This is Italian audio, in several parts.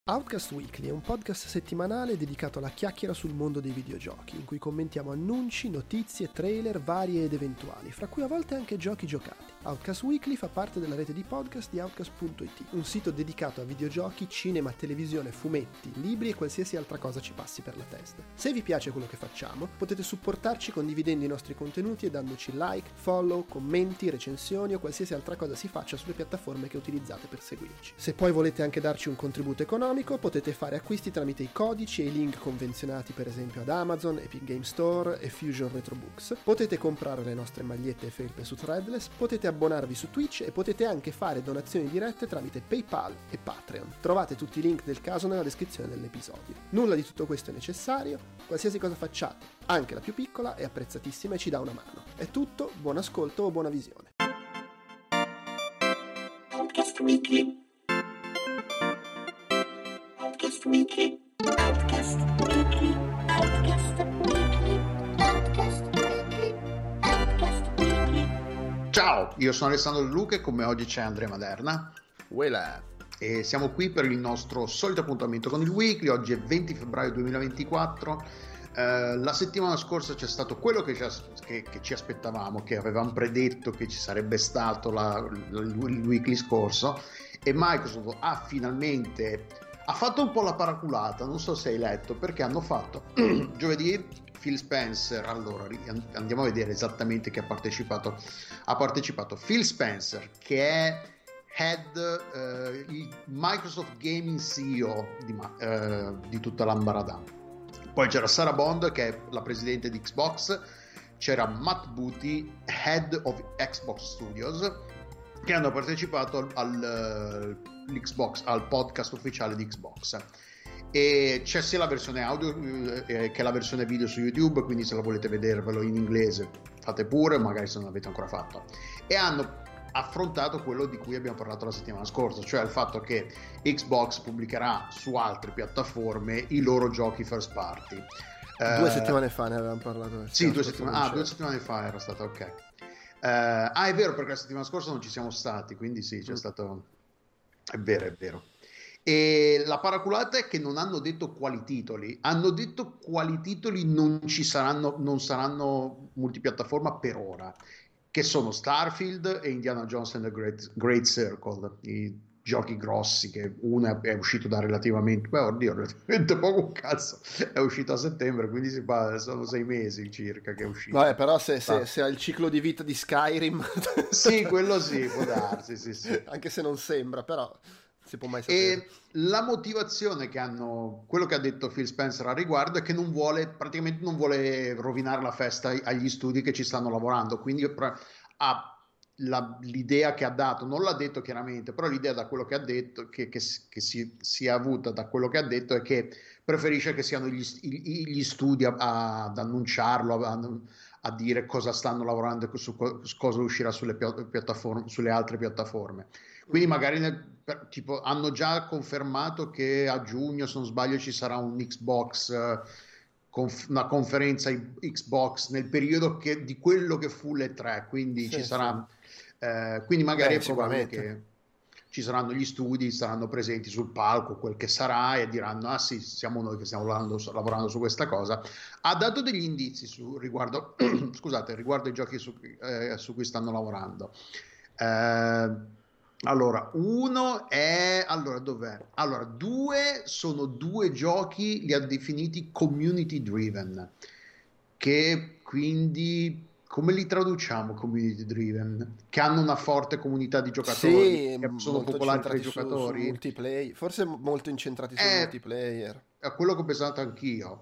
Outcast Weekly è un podcast settimanale dedicato alla chiacchiera sul mondo dei videogiochi, in cui commentiamo annunci, notizie, trailer vari ed eventuali, fra cui a volte anche giochi giocati. Outcast Weekly fa parte della rete di podcast di Outcast.it, un sito dedicato a videogiochi, cinema, televisione, fumetti, libri e qualsiasi altra cosa ci passi per la testa. Se vi piace quello che facciamo, potete supportarci condividendo i nostri contenuti e dandoci like, follow, commenti, recensioni o qualsiasi altra cosa si faccia sulle piattaforme che utilizzate per seguirci. Se poi volete anche darci un contributo economico, potete fare acquisti tramite i codici e i link convenzionati per esempio ad Amazon, Epic Game Store e Fusion Retro Books. Potete comprare le nostre magliette e felpe su Threadless, potete abbonarvi su Twitch e potete anche fare donazioni dirette tramite PayPal e Patreon. Trovate tutti i link del caso nella descrizione dell'episodio. Nulla di tutto questo è necessario, qualsiasi cosa facciate, anche la più piccola, è apprezzatissima e ci dà una mano. È tutto, buon ascolto o buona visione. Outcast Weekly. Outcast Weekly. Outcast Weekly. Outcast Weekly. Outcast Weekly. Outcast Weekly. Ciao, io sono Alessandro De Luca e con me oggi c'è Andrea Maderna. Uela. E siamo qui per il nostro solito appuntamento con il Weekly. Oggi è 20 febbraio 2024. La settimana scorsa c'è stato quello che ci aspettavamo, che avevamo predetto che ci sarebbe stato il Weekly scorso, e Microsoft ha finalmente fatto un po' la paraculata, non so se hai letto, perché hanno fatto giovedì Phil Spencer. Allora andiamo a vedere esattamente chi ha partecipato. Ha partecipato Phil Spencer, che è il Microsoft Gaming CEO di tutta l'ambaradà. Poi c'era Sarah Bond, che è la presidente di Xbox, c'era Matt Booty, Head of Xbox Studios, che hanno partecipato al podcast ufficiale di Xbox. E c'è sia la versione audio che la versione video su YouTube, quindi se la volete vedervelo in inglese fate pure, magari se non l'avete ancora fatto. E hanno affrontato quello di cui abbiamo parlato la settimana scorsa, cioè il fatto che Xbox pubblicherà su altre piattaforme i loro giochi first party. 2 settimane fa ne avevamo parlato. Sì, 2 settimane. 2 settimane fa era stata, ok. È vero, perché la settimana scorsa non ci siamo stati, quindi sì, c'è stato. È vero. E la paraculata è che non hanno detto quali titoli. Hanno detto quali titoli non saranno multipiattaforma per ora, che sono Starfield e Indiana Jones and the Great Circle, i giochi grossi, che uno è uscito da relativamente poco, un cazzo, è uscito a settembre, quindi sono 6 mesi circa che è uscito. Vabbè, però se ha il ciclo di vita di Skyrim sì, quello sì, può darsi, sì. Anche se non sembra, però si può mai sapere. E la motivazione quello che ha detto Phil Spencer a riguardo è che non vuole rovinare la festa agli studi che ci stanno lavorando, quindi l'idea che ha dato, non l'ha detto chiaramente, però l'idea da quello che ha detto, che si è avuta da quello che ha detto, è che preferisce che siano gli studi ad annunciarlo, a dire cosa stanno lavorando, su cosa uscirà sulle piattaforme, sulle altre piattaforme. Quindi magari tipo hanno già confermato che a giugno, se non sbaglio, ci sarà un Xbox, una conferenza Xbox nel periodo di quello che fu le 3, quindi ci sarà. Quindi magari è probabile che ci saranno gli studi, saranno presenti sul palco, quel che sarà, e diranno: ah sì, siamo noi che stiamo lavorando su questa cosa. Ha dato degli indizi riguardo ai giochi su cui stanno lavorando. Allora, dov'è? Allora, 2 sono 2 giochi, li ha definiti community driven, che quindi come li traduciamo community driven? Che hanno una forte comunità di giocatori, sì, che sono popolari tra i giocatori. Su multiplayer, forse molto incentrati sul multiplayer. È quello che ho pensato anch'io.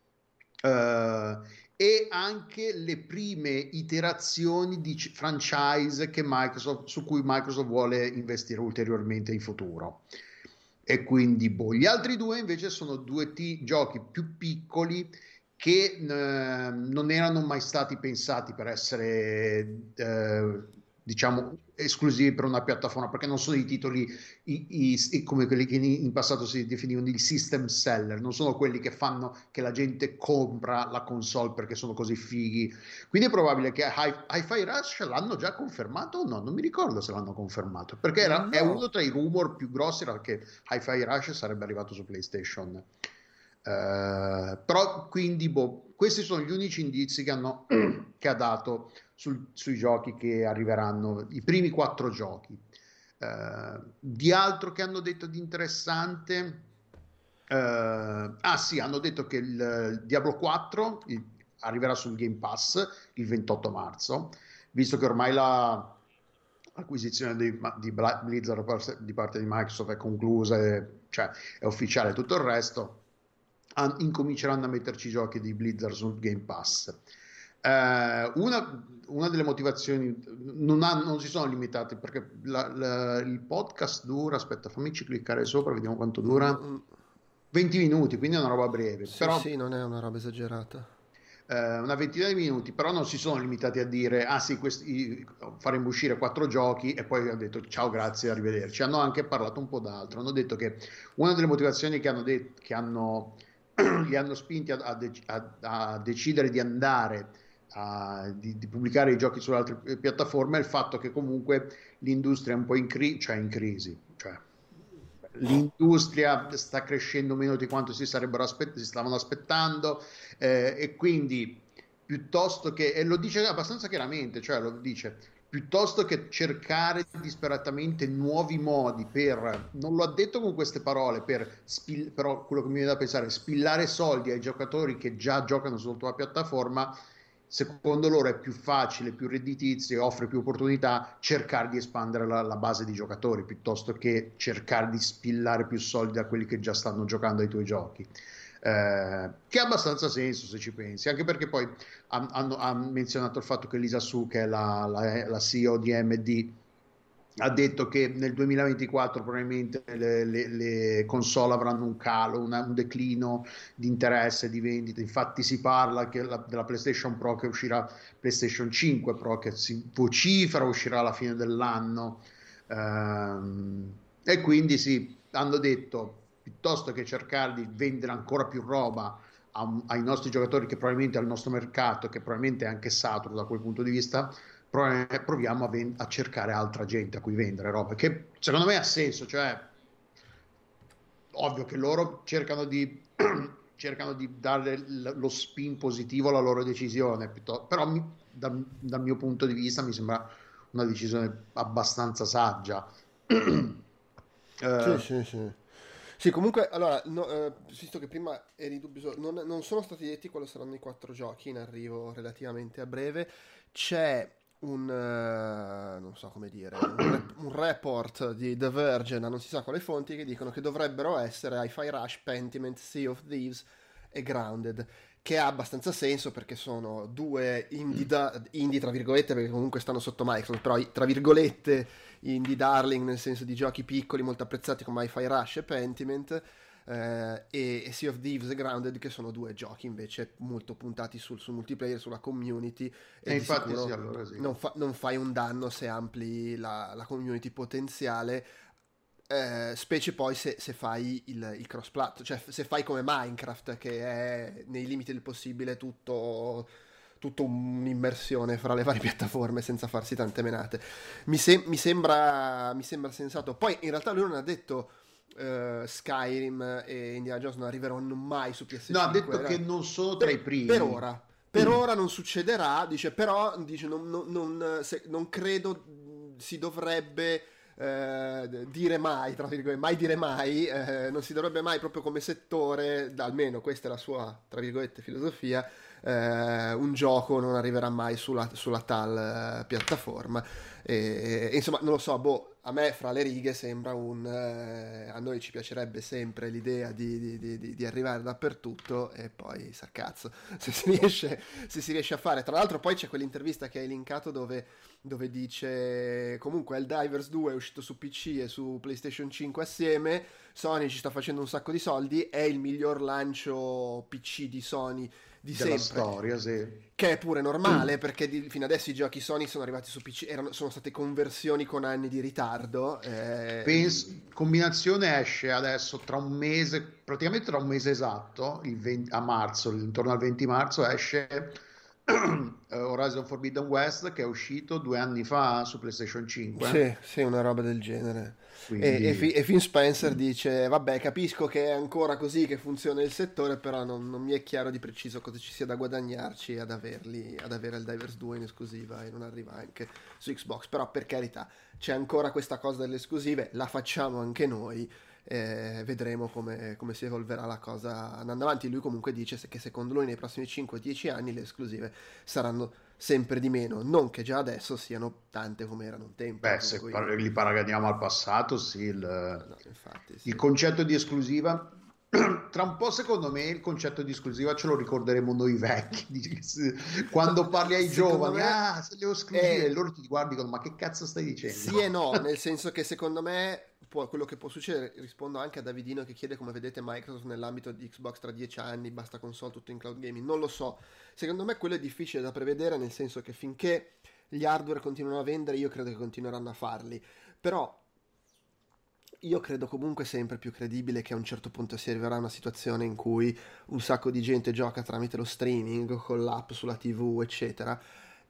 E anche le prime iterazioni di franchise su cui Microsoft vuole investire ulteriormente in futuro. E quindi gli altri 2 invece sono 2 giochi più piccoli che non erano mai stati pensati per essere diciamo, esclusivi per una piattaforma, perché non sono i titoli come quelli che in passato si definivano i system seller, non sono quelli che fanno che la gente compra la console perché sono così fighi. Quindi è probabile che Hi-Fi Rush l'hanno già confermato o no? Non mi ricordo se l'hanno confermato, perché è No. uno tra i rumor più grossi era che Hi-Fi Rush sarebbe arrivato su PlayStation. Però quindi questi sono gli unici indizi che ha dato sui giochi che arriveranno, i primi 4 giochi. Di altro che hanno detto di interessante, sì, hanno detto che il Diablo 4 arriverà sul Game Pass il 28 marzo, visto che ormai l'acquisizione di Blizzard di parte di Microsoft è conclusa, cioè è ufficiale tutto il resto, incominceranno a metterci i giochi di Blizzard sul Game Pass. Una delle motivazioni non si sono limitati, perché il podcast dura, aspetta, fammici cliccare sopra, vediamo quanto dura. 20 minuti, quindi è una roba breve, Sì, però sì, non è una roba esagerata. una ventina di minuti, però non si sono limitati a dire ah sì, faremo uscire 4 giochi e poi hanno detto ciao, grazie, arrivederci. Hanno anche parlato un po' d'altro, hanno detto che una delle motivazioni che li hanno spinti a decidere di andare di pubblicare i giochi sulle altre piattaforme è il fatto che comunque l'industria è un po' in crisi, cioè l'industria sta crescendo meno di quanto si stavano aspettando, e quindi piuttosto che, e lo dice abbastanza chiaramente, cioè lo dice, piuttosto che cercare disperatamente nuovi modi per, non lo ha detto con queste parole, però quello che mi viene da pensare è spillare soldi ai giocatori che già giocano sulla tua piattaforma. Secondo loro è più facile, più redditizio, offre più opportunità cercare di espandere la base di giocatori piuttosto che cercare di spillare più soldi a quelli che già stanno giocando ai tuoi giochi. Che ha abbastanza senso se ci pensi, anche perché poi ha menzionato il fatto che Lisa Su, che è la CEO di AMD, ha detto che nel 2024 probabilmente le console avranno un calo, un declino di interesse, di vendita. Infatti si parla della PlayStation Pro che uscirà, PlayStation 5 Pro che si vocifera uscirà alla fine dell'anno. E quindi sì, hanno detto piuttosto che cercare di vendere ancora più roba ai nostri giocatori, che probabilmente al nostro mercato, che probabilmente è anche saturo da quel punto di vista, proviamo a cercare altra gente a cui vendere roba, che secondo me ha senso, cioè ovvio che loro cercano di cercano di dare lo spin positivo alla loro decisione, però dal mio punto di vista mi sembra una decisione abbastanza saggia. Sì, Eh, sì, sì. Sì, comunque, allora, visto che prima eri dubbioso, non sono stati detti quali saranno i 4 giochi in arrivo relativamente a breve. C'è non so come dire, un report di The Verge, da non si sa quale fonti, che dicono che dovrebbero essere Hi-Fi Rush, Pentiment, Sea of Thieves e Grounded, che ha abbastanza senso perché sono due indie tra virgolette, perché comunque stanno sotto Microsoft, però tra virgolette indie darling, nel senso di giochi piccoli molto apprezzati come Hi-Fi Rush e Pentiment, e Sea of Thieves e Grounded, che sono due giochi invece molto puntati sul multiplayer, sulla community, e e di infatti sì, sicuro allora sì. non fai un danno se ampli la community potenziale, specie poi se fai il cross-plat, cioè se fai come Minecraft, che è nei limiti del possibile tutto un'immersione fra le varie piattaforme senza farsi tante menate. Mi sembra sensato. Poi in realtà lui non ha detto Skyrim e Indiana Jones non arriveranno mai su No, ha PS5. detto che non sono tra i Per primi. ora. Per ora non succederà, dice, però dice, non credo si dovrebbe dire mai, tra virgolette, mai dire mai, non si dovrebbe mai proprio come settore, almeno questa è la sua, tra virgolette, filosofia, un gioco non arriverà mai sulla tal piattaforma. Insomma, non lo so, a me fra le righe sembra a noi ci piacerebbe sempre l'idea di arrivare dappertutto, e poi sa cazzo se si riesce a fare. Tra l'altro poi c'è quell'intervista che hai linkato dove dice comunque Helldivers 2 è uscito su PC e su PlayStation 5 assieme, Sony ci sta facendo un sacco di soldi, è il miglior lancio PC di Sony della sempre, storia, sì. che è pure normale perché fino adesso i giochi Sony sono arrivati su PC, sono state conversioni con anni di ritardo. Combinazione esce adesso tra un mese, praticamente tra un mese esatto, a marzo, intorno al 20 marzo esce Horizon Forbidden West, che è uscito 2 anni fa su PlayStation 5, Sì, sì, una roba del genere. quindi E Phil Spencer dice: Vabbè, capisco che è ancora così che funziona il settore, però non mi è chiaro di preciso cosa ci sia da guadagnarci ad avere il Divers 2 in esclusiva e non arriva anche su Xbox. Però, per carità, c'è ancora questa cosa delle esclusive, la facciamo anche noi. Vedremo come si evolverà la cosa andando avanti. Lui comunque dice che secondo lui nei prossimi 5-10 anni le esclusive saranno sempre di meno, non che già adesso siano tante come erano un tempo. beh, se li paragoniamo al passato, sì, No, infatti, sì. il concetto di esclusiva, tra un po' secondo me il concetto di esclusiva ce lo ricorderemo noi vecchi, quando parli ai Secondo giovani, me se le esclusive, e loro ti guardi ma che cazzo stai dicendo? sì e no, nel senso che secondo me quello che può succedere, rispondo anche a Davidino che chiede come vedete Microsoft nell'ambito di Xbox tra 10 anni, basta console, tutto in cloud gaming, non lo so. Secondo me quello è difficile da prevedere, nel senso che finché gli hardware continuano a vendere, io credo che continueranno a farli. Però io credo comunque sempre più credibile che a un certo punto si arriverà a una situazione in cui un sacco di gente gioca tramite lo streaming, con l'app sulla TV, eccetera.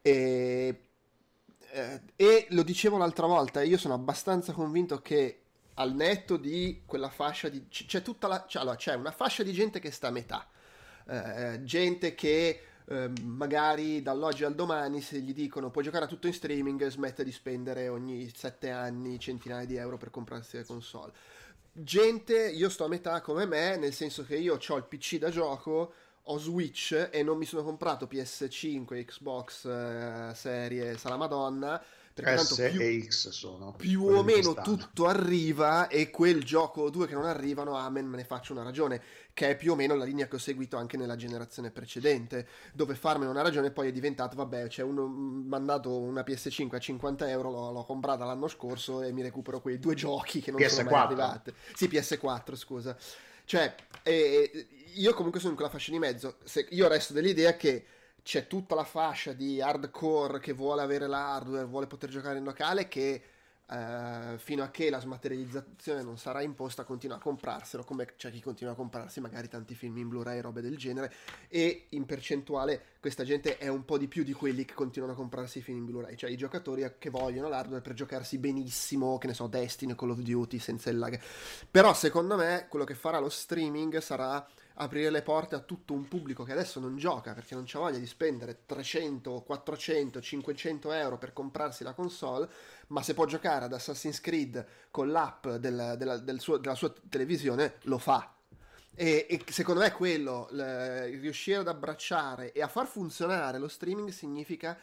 E lo dicevo l'altra volta, io sono abbastanza convinto che al netto di quella fascia di... c'è tutta allora, c'è una fascia di gente che sta a metà. Gente che magari dall'oggi al domani se gli dicono puoi giocare a tutto in streaming smette di spendere ogni 7 anni centinaia di euro per comprarsi le console. Gente, io sto a metà come me, nel senso che io ho il PC da gioco, ho Switch e non mi sono comprato PS5, Xbox serie la Madonna, perché tanto S e X sono più quelli o che meno stanno. tutto arriva e quel gioco o due che non arrivano, amen, me ne faccio una ragione, che è più o meno la linea che ho seguito anche nella generazione precedente, dove farmene una ragione poi è diventato, vabbè, c'è uno mandato una PS5 a 50 euro, l'ho comprata l'anno scorso e mi recupero quei due giochi che non sono mai PS4. arrivati. Sì, PS4, scusa. Cioè, io comunque sono in quella fascia di mezzo. Io resto dell'idea che c'è tutta la fascia di hardcore che vuole avere l'hardware, vuole poter giocare in locale, che fino a che la smaterializzazione non sarà imposta continua a comprarselo, come c'è chi continua a comprarsi magari tanti film in Blu-ray, robe del genere, e in percentuale questa gente è un po' di più di quelli che continuano a comprarsi i film in Blu-ray, cioè i giocatori che vogliono l'hardware per giocarsi benissimo, che ne so, Destiny, Call of Duty, senza il lag. Però secondo me quello che farà lo streaming sarà aprire le porte a tutto un pubblico che adesso non gioca perché non c'ha voglia di spendere 300, 400, 500 euro per comprarsi la console, ma se può giocare ad Assassin's Creed con l'app della sua televisione lo fa. E secondo me quello, riuscire ad abbracciare e a far funzionare lo streaming significa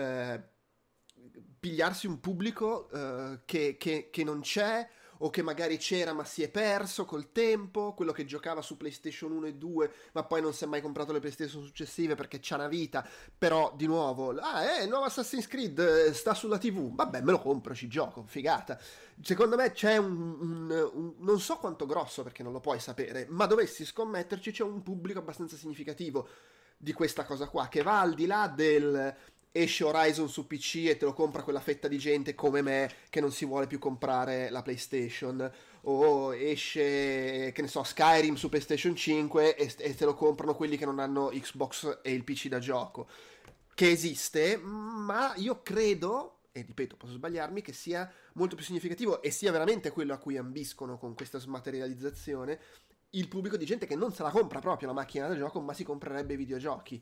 pigliarsi un pubblico che non c'è, o che magari c'era ma si è perso col tempo, quello che giocava su PlayStation 1 e 2 ma poi non si è mai comprato le PlayStation successive perché c'ha una vita, però di nuovo il nuovo Assassin's Creed sta sulla TV, vabbè me lo compro, ci gioco, figata. Secondo me c'è un non so quanto grosso perché non lo puoi sapere, ma dovessi scommetterci c'è un pubblico abbastanza significativo di questa cosa qua, che va al di là del esce Horizon su PC e te lo compra quella fetta di gente come me che non si vuole più comprare la PlayStation, o esce, che ne so, Skyrim su PlayStation 5 e te lo comprano quelli che non hanno Xbox e il PC da gioco, che esiste, ma io credo, e ripeto posso sbagliarmi, che sia molto più significativo e sia veramente quello a cui ambiscono con questa smaterializzazione, il pubblico di gente che non se la compra proprio la macchina da gioco ma si comprerebbe i videogiochi.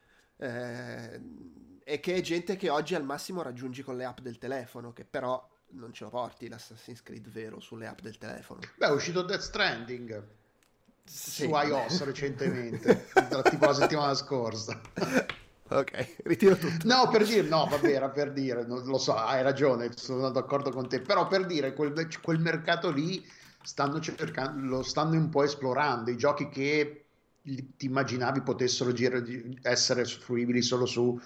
E che è gente che oggi al massimo raggiungi con le app del telefono, che però non ce lo porti l'Assassin's Creed vero sulle app del telefono. Beh, è uscito Death Stranding Sì. su iOS recentemente, tipo la settimana scorsa. Ok, ritiro tutto. No, per dire, no, vabbè, era per dire, non lo so, hai ragione, sono d'accordo con te, però per dire, quel mercato lì stanno cercando, lo stanno un po' esplorando, i giochi che ti immaginavi potessero essere fruibili solo su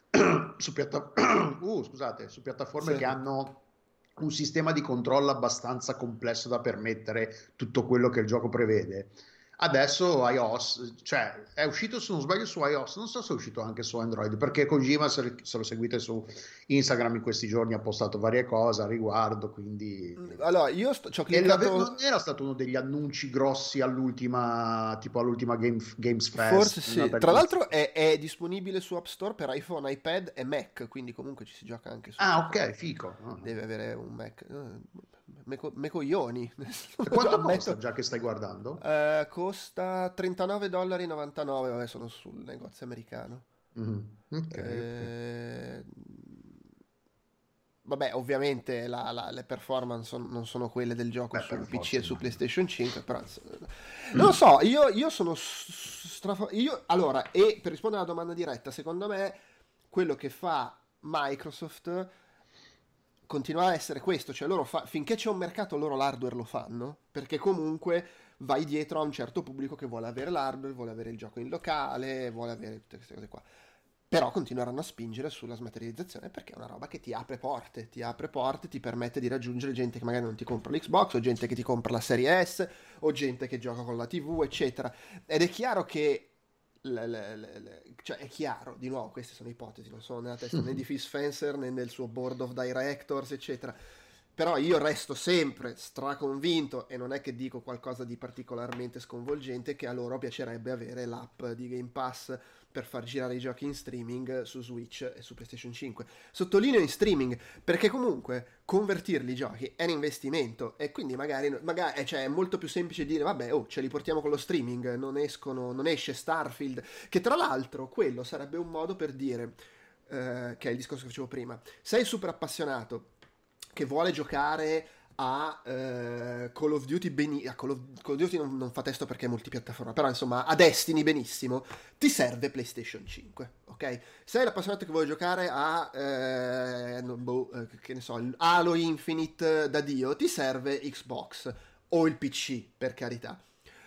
su piattaforme Sì. che hanno un sistema di controllo abbastanza complesso da permettere tutto quello che il gioco prevede. Adesso iOS, cioè è uscito se non sbaglio su iOS, non so se è uscito anche su Android, perché Kojima, se lo seguite su Instagram in questi giorni, ha postato varie cose a riguardo, quindi... Allora, io ci ho Non cliccato. era stato uno degli annunci grossi all'ultima, tipo all'ultima Games Forse Fest, una sì. delle Tra ultime. l'altro è disponibile su App Store per iPhone, iPad e Mac, quindi comunque ci si gioca anche su Ah, qualcosa. ok, fico. Ah. Deve avere un Mac. Me coglioni. E quanto costa, Ammetto. già che stai guardando? Costa $39,99. Vabbè, sono sul negozio americano. Mhm. Ok, ok. Eh, Vabbè, ovviamente le performance non sono quelle del gioco Beh, per sul PC e forza su immagino. PlayStation 5, però non lo so, io sono allora, e per rispondere alla domanda diretta, secondo me quello che fa Microsoft continua a essere questo, cioè finché c'è un mercato loro l'hardware lo fanno, perché comunque vai dietro a un certo pubblico che vuole avere l'hardware, vuole avere il gioco in locale, vuole avere tutte queste cose qua. Però continueranno a spingere sulla smaterializzazione perché è una roba che ti apre porte, ti permette di raggiungere gente che magari non ti compra l'Xbox, o gente che ti compra la Serie S, o gente che gioca con la TV, eccetera. Ed è chiaro che cioè è chiaro, di nuovo, queste sono ipotesi, non sono nella testa né di Phil Spencer né nel suo board of directors, eccetera. Però io resto sempre straconvinto, e non è che dico qualcosa di particolarmente sconvolgente, che a loro piacerebbe avere l'app di Game Pass per far girare i giochi in streaming su Switch e su PlayStation 5. Sottolineo in streaming, perché comunque convertirli i giochi è un investimento, e quindi magari cioè, è molto più semplice dire vabbè, ce li portiamo con lo streaming, non esce Starfield, che tra l'altro quello sarebbe un modo per dire, che è il discorso che facevo prima, sei super appassionato che vuole giocare a Call of Duty Call of Duty non fa testo perché è multipiattaforma, però insomma a Destiny benissimo, ti serve PlayStation 5, ok? Sei l'appassionato che vuole giocare a che ne so, Halo Infinite da Dio, ti serve Xbox o il PC, per carità.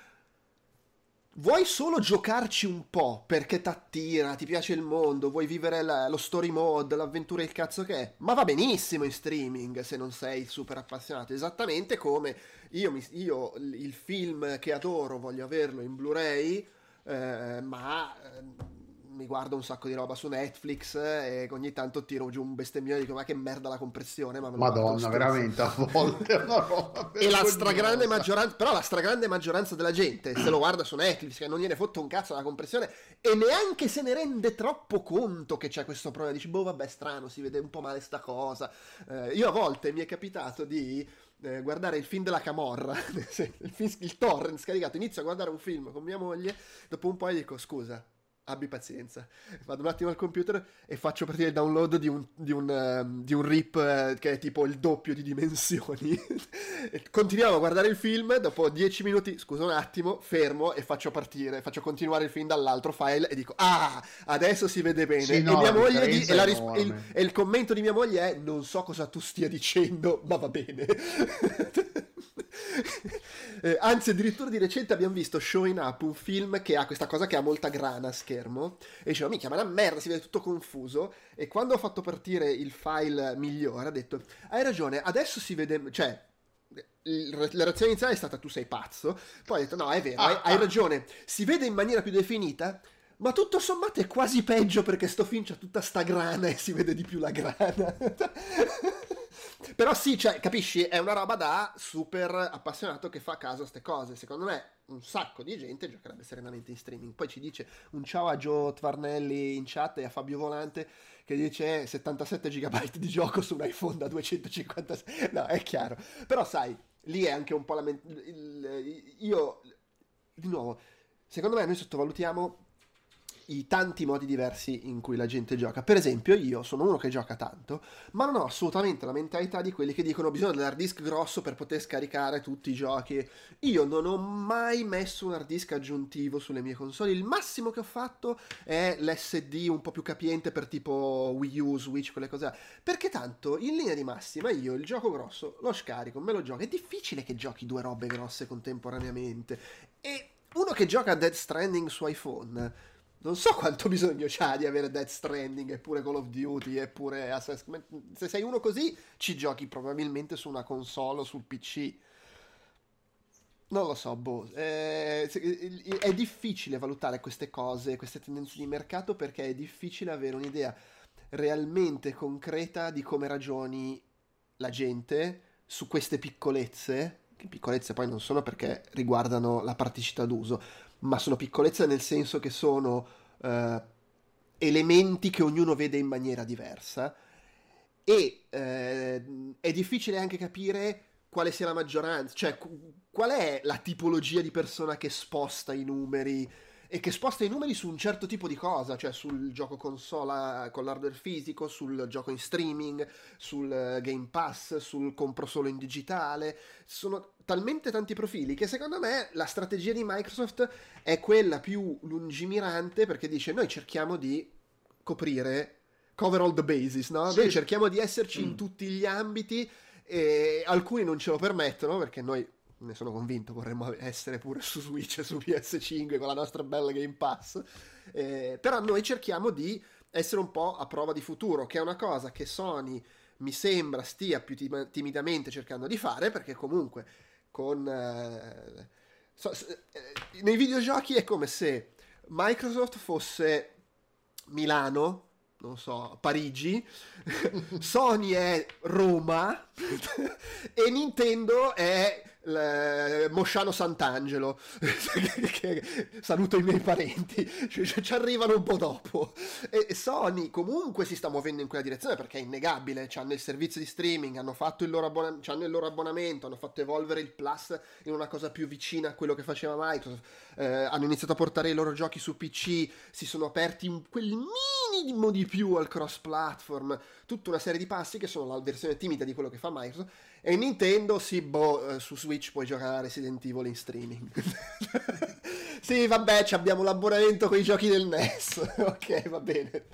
Vuoi solo giocarci un po' perché t'attira, ti piace il mondo, vuoi vivere lo story mode, l'avventura e il cazzo che è? Ma va benissimo in streaming se non sei super appassionato. Esattamente come io il film che adoro voglio averlo in Blu-ray, ma mi guardo un sacco di roba su Netflix, e ogni tanto tiro giù un bestemmione e dico ma che merda la compressione, ma me lo guardo lo Madonna, stesso. veramente a volte è una roba E la stragrande vergognosa. maggioranza, però la stragrande maggioranza della gente se lo guarda su Netflix, che non gliene fotte un cazzo della compressione, e neanche se ne rende troppo conto che c'è questo problema. Dici, boh, vabbè, strano, si vede un po' male sta cosa. Io a volte mi è capitato di guardare il film della Camorra, il torrent scaricato. Inizio a guardare un film con mia moglie, dopo un po' gli dico, scusa, abbi pazienza, vado un attimo al computer e faccio partire il download di un RIP che è tipo il doppio di dimensioni. E continuiamo a guardare il film, dopo 10 minuti, scusa un attimo, fermo e faccio continuare il film dall'altro file e dico, ah, adesso si vede Sì, bene. E no, mia la moglie differenza è enorme. e il commento di mia moglie è, non so cosa tu stia dicendo, ma va bene. Anzi, addirittura di recente abbiamo visto Showing Up, un film che ha questa cosa che ha molta grana a schermo, e dicevo, minchia, ma è una merda, si vede tutto confuso. E quando ho fatto partire il file migliore, ha detto, hai ragione, adesso si vede, cioè, la reazione iniziale è stata, tu sei pazzo. Poi ha detto, no, è vero, hai, Ah, hai ah. ragione, si vede in maniera più definita. Ma tutto sommato è quasi peggio perché sto film c'ha tutta sta grana e si vede di più la grana. Però sì, cioè, capisci? È una roba da super appassionato che fa caso a ste cose. Secondo me un sacco di gente giocherebbe serenamente in streaming. Poi ci dice un ciao a Gio Tvarnelli in chat e a Fabio Volante che dice 77 GB di gioco su un iPhone da 256. No, è chiaro. Però sai, lì è anche un po' io, di nuovo, secondo me noi sottovalutiamo i tanti modi diversi in cui la gente gioca. Per esempio, io sono uno che gioca tanto, ma non ho assolutamente la mentalità di quelli che dicono bisogna dell'hard disk grosso per poter scaricare tutti i giochi. Io non ho mai messo un hard disk aggiuntivo sulle mie console. Il massimo che ho fatto è l'SD un po' più capiente per tipo Wii U, Switch, quelle cose là. Perché tanto, in linea di massima, io il gioco grosso lo scarico, me lo gioco. È difficile che giochi due robe grosse contemporaneamente. E uno che gioca a Death Stranding su iPhone, non so quanto bisogno c'ha di avere Death Stranding, eppure Call of Duty, eppure Assassin's Creed. Se sei uno così, ci giochi probabilmente su una console o sul PC. Non lo so, boh. È difficile valutare queste cose, queste tendenze di mercato, perché è difficile avere un'idea realmente concreta di come ragioni la gente su queste piccolezze, che piccolezze poi non sono perché riguardano la praticità d'uso, ma sono piccolezze nel senso che sono eh, elementi che ognuno vede in maniera diversa e è difficile anche capire quale sia la maggioranza, cioè qual è la tipologia di persona che sposta i numeri e che sposta i numeri su un certo tipo di cosa, cioè sul gioco console con l'hardware fisico, sul gioco in streaming, sul Game Pass, sul compro solo in digitale. Sono talmente tanti profili che secondo me la strategia di Microsoft è quella più lungimirante, perché dice noi cerchiamo di coprire cover all the bases, no? Noi Sì. cerchiamo di esserci in tutti gli ambiti e alcuni non ce lo permettono perché noi, ne sono convinto, vorremmo essere pure su Switch e su PS5 con la nostra bella Game Pass, però noi cerchiamo di essere un po' a prova di futuro, che è una cosa che Sony mi sembra stia più timidamente cercando di fare, perché comunque con nei videogiochi è come se Microsoft fosse Milano, non so, Parigi, Sony è Roma e Nintendo è Mosciano Sant'Angelo. Saluto i miei parenti, ci arrivano un po' dopo. E Sony comunque si sta muovendo in quella direzione perché è innegabile, hanno il servizio di streaming, hanno fatto il loro, c'hanno il loro abbonamento, hanno fatto evolvere il Plus in una cosa più vicina a quello che faceva Microsoft, hanno iniziato a portare i loro giochi su PC, si sono aperti quel minimo di più al cross platform, tutta una serie di passi che sono la versione timida di quello che fa Microsoft. E Nintendo, sì, su Switch puoi giocare a Resident Evil in streaming. Sì, vabbè, abbiamo l'abbonamento con i giochi del NES. Ok, va bene.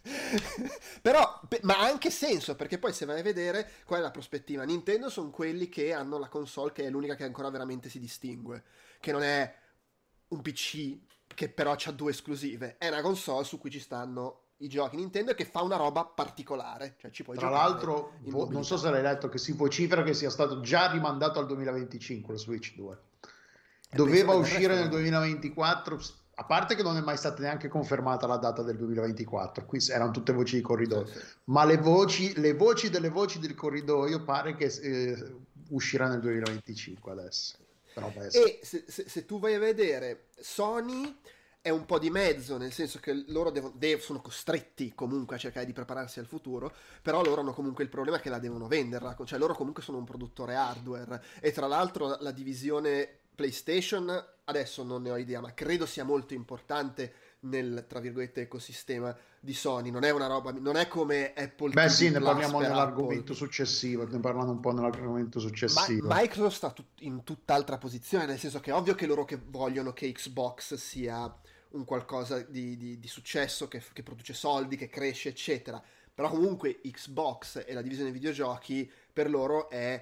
Però, ma ha anche senso, perché poi se vai a vedere qual è la prospettiva. Nintendo sono quelli che hanno la console che è l'unica che ancora veramente si distingue, che non è un PC che però ha due esclusive, è una console su cui ci stanno i giochi Nintendo e che fa una roba particolare, cioè ci puoi Tra giocare l'altro, in non so mobilità. se l'hai letto, che si vocifera che sia stato già rimandato al 2025 lo Switch 2. E penso Doveva che del uscire resto nel no. 2024, a parte che non è mai stata neanche confermata la data del 2024, qui erano tutte voci di Sì, corridoio, sì. ma le voci delle voci del corridoio pare che uscirà nel 2025 adesso. Però adesso. E se tu vai a vedere, Sony è un po' di mezzo, nel senso che loro sono costretti comunque a cercare di prepararsi al futuro, però loro hanno comunque il problema che la devono venderla, cioè loro comunque sono un produttore hardware e tra l'altro la divisione PlayStation adesso non ne ho idea, ma credo sia molto importante nel, tra virgolette, ecosistema di Sony. Non è una roba, non è come Apple Beh TV sì, ne Plus parliamo per Apple. nell'argomento successivo, ne parlano un po' nell'argomento successivo. Microsoft sta in tutt'altra posizione, nel senso che è ovvio che loro che vogliono che Xbox sia un qualcosa di successo, che produce soldi, che cresce, eccetera. Però comunque Xbox e la divisione videogiochi per loro è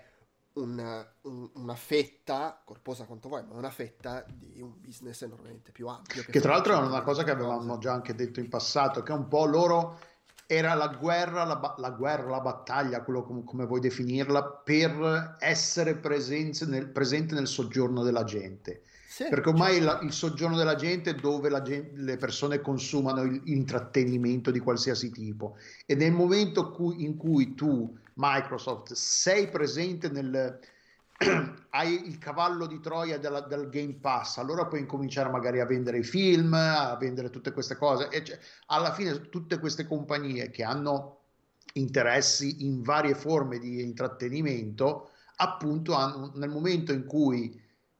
una fetta, corposa quanto vuoi, ma una fetta di un business enormemente più ampio che Che fa tra l'altro è una centinaia di cosa che altre avevamo cose. già anche detto in passato, che un po' loro era la guerra, la battaglia, quello come vuoi definirla, per essere presente nel soggiorno della gente. Sì, Perché ormai certo. il soggiorno della gente è dove le persone consumano il intrattenimento di qualsiasi tipo. E nel momento in cui tu, Microsoft, sei presente hai il cavallo di Troia del Game Pass, allora puoi incominciare magari a vendere i film, a vendere tutte queste cose. E alla fine tutte queste compagnie che hanno interessi in varie forme di intrattenimento, appunto nel momento in cui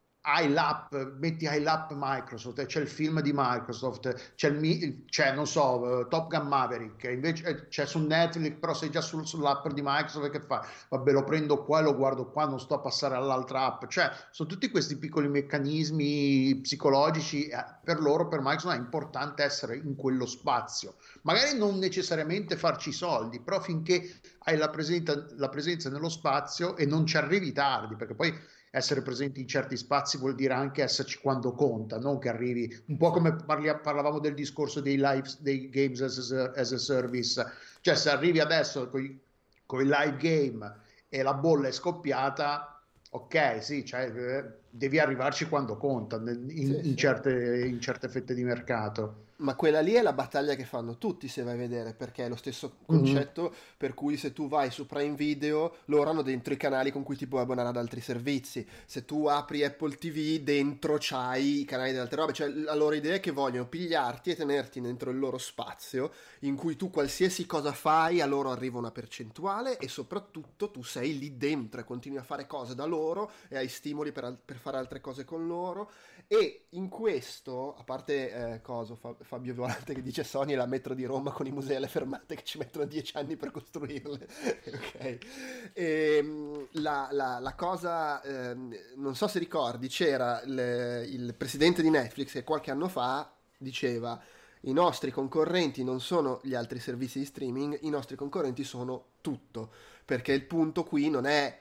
hai l'app Microsoft, c'è il film di Microsoft, c'è non so, Top Gun Maverick, che invece c'è su Netflix, però sei già sull'app di Microsoft, che fa? Vabbè, lo prendo qua e lo guardo qua, non sto a passare all'altra app. Cioè, sono tutti questi piccoli meccanismi psicologici, per loro, per Microsoft è importante essere in quello spazio. Magari non necessariamente farci i soldi, però finché hai la presenza nello spazio e non ci arrivi tardi, perché poi essere presenti in certi spazi vuol dire anche esserci quando conta, non che arrivi un po' Sì. come parlavamo del discorso dei games as a service, cioè se arrivi adesso con i live game e la bolla è scoppiata, ok, sì, cioè, devi arrivarci quando conta in certe fette di mercato. Ma quella lì è la battaglia che fanno tutti, se vai a vedere, perché è lo stesso concetto per cui se tu vai su Prime Video, loro hanno dentro i canali con cui ti puoi abbonare ad altri servizi. Se tu apri Apple TV, dentro c'hai i canali delle altre robe. Cioè, la loro idea è che vogliono pigliarti e tenerti dentro il loro spazio, in cui tu qualsiasi cosa fai, a loro arriva una percentuale e soprattutto tu sei lì dentro e continui a fare cose da loro e hai stimoli per fare altre cose con loro. E in questo, a parte Fabio Volante che dice Sony è la metro di Roma con i musei alle fermate che ci mettono 10 anni per costruirle, ok? La cosa, non so se ricordi, c'era il presidente di Netflix che qualche anno fa diceva: i nostri concorrenti non sono gli altri servizi di streaming, i nostri concorrenti sono tutto, perché il punto qui non è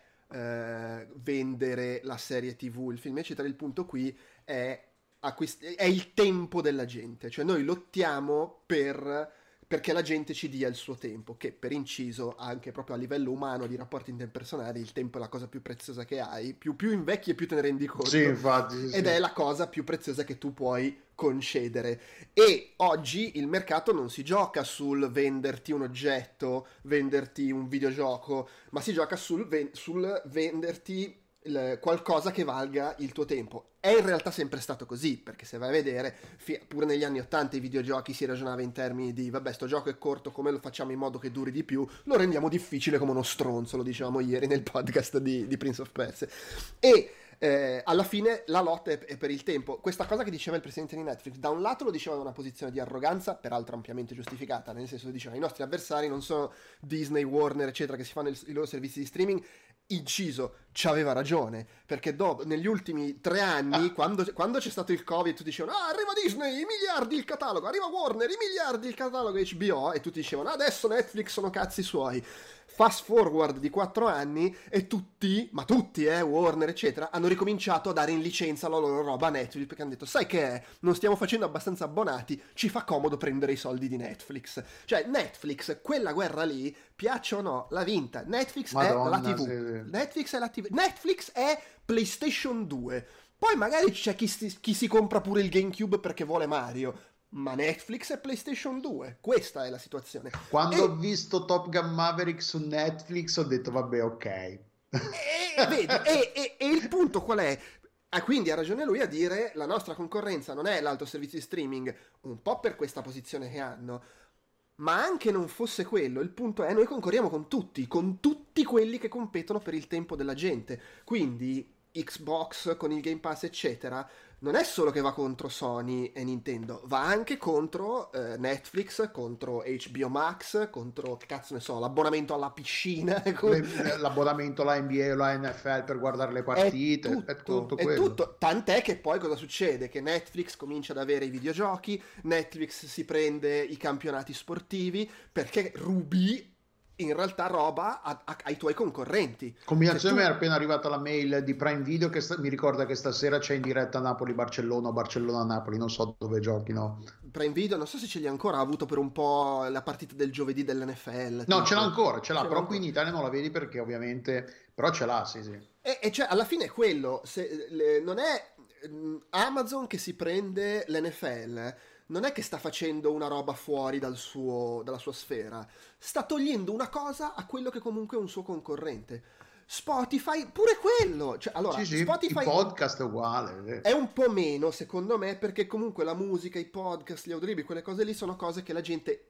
vendere la serie TV, il film eccetera, il punto qui è il tempo della gente, cioè noi lottiamo perché la gente ci dia il suo tempo, che per inciso anche proprio a livello umano di rapporti interpersonali il tempo è la cosa più preziosa che hai, più invecchi e più te ne rendi conto, sì, infatti, sì, ed è la cosa più preziosa che tu puoi concedere. E oggi il mercato non si gioca sul venderti un oggetto, venderti un videogioco, ma si gioca sul venderti qualcosa che valga il tuo tempo. È in realtà sempre stato così, perché se vai a vedere pure negli anni 80 i videogiochi si ragionava in termini di vabbè, sto gioco è corto, come lo facciamo in modo che duri di più, lo rendiamo difficile come uno stronzo, lo dicevamo ieri nel podcast di Prince of Persia. E alla fine la lotta è per il tempo. Questa cosa che diceva il presidente di Netflix, da un lato lo diceva da una posizione di arroganza, peraltro ampiamente giustificata, nel senso che diceva i nostri avversari non sono Disney, Warner eccetera che si fanno i loro servizi di streaming. Inciso, ci aveva ragione, perché negli ultimi 3 anni quando c'è stato il Covid tutti dicevano arriva Disney, i miliardi il catalogo, arriva Warner, i miliardi il catalogo HBO, e tutti dicevano adesso Netflix sono cazzi suoi. Fast forward di 4 anni e tutti, Warner eccetera, hanno ricominciato a dare in licenza la loro roba a Netflix, perché hanno detto sai che è, non stiamo facendo abbastanza abbonati, ci fa comodo prendere i soldi di Netflix. Cioè Netflix, quella guerra lì, piaccia o no, l'ha vinta. Netflix Madonna, è la TV, sì. Netflix è la TV, Netflix è PlayStation 2. Poi magari c'è chi si compra pure il GameCube perché vuole Mario, ma Netflix è PlayStation 2, questa è la situazione. Quando ho visto Top Gun Maverick su Netflix ho detto vabbè, ok. E il punto qual è? Quindi ha ragione lui a dire la nostra concorrenza non è l'altro servizio di streaming, un po' per questa posizione che hanno, ma anche non fosse quello, il punto è noi concorriamo con tutti quelli che competono per il tempo della gente. Quindi Xbox con il Game Pass eccetera non è solo che va contro Sony e Nintendo, va anche contro Netflix, contro HBO Max, contro, che cazzo ne so, l'abbonamento alla piscina, l'abbonamento alla NBA o alla NFL per guardare le partite, è tutto quello. Tutto. Tant'è che poi cosa succede? Che Netflix comincia ad avere i videogiochi, Netflix si prende i campionati sportivi, perché rubi in realtà roba ai tuoi concorrenti. Combinazione, mi è appena arrivata la mail di Prime Video che mi ricorda che stasera c'è in diretta Napoli-Barcellona o Barcellona-Napoli, non so dove giochino. Prime Video, non so se ce li ha ancora, ha avuto per un po' la partita del giovedì dell'NFL. No, ce l'ha ancora, però qui in Italia non la vedi perché ovviamente, però ce l'ha, sì. E cioè, alla fine è quello, non è Amazon che si prende l'NFL, non è che sta facendo una roba fuori dalla sua sfera, sta togliendo una cosa a quello che comunque è un suo concorrente. Spotify, pure quello. Cioè, allora, sì, Spotify il podcast è uguale. È un po' meno, secondo me, perché comunque la musica, i podcast, gli audiolibri, quelle cose lì sono cose che la gente...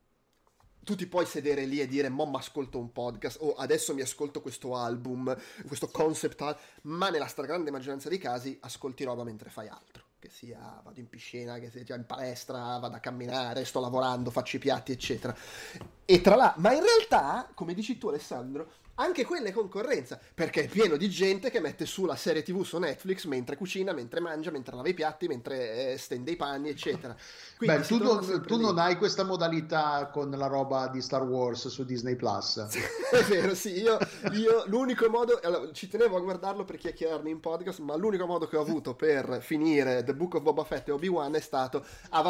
Tu ti puoi sedere lì e dire mo' mi ascolto un podcast o adesso mi ascolto questo album, questo concept, ma nella stragrande maggioranza dei casi ascolti roba mentre fai altro, che sia vado in piscina, che sia in palestra, vado a camminare, sto lavorando, faccio i piatti eccetera. E ma in realtà, come dici tu Alessandro, anche quella è concorrenza, perché è pieno di gente che mette su la serie TV su Netflix mentre cucina, mentre mangia, mentre lava i piatti, mentre stende i panni, eccetera. Quindi beh, tu non hai questa modalità con la roba di Star Wars su Disney Plus. È vero, sì, io l'unico modo, allora, ci tenevo a guardarlo per chiacchierarne in podcast, ma l'unico modo che ho avuto per finire The Book of Boba Fett e Obi-Wan è stato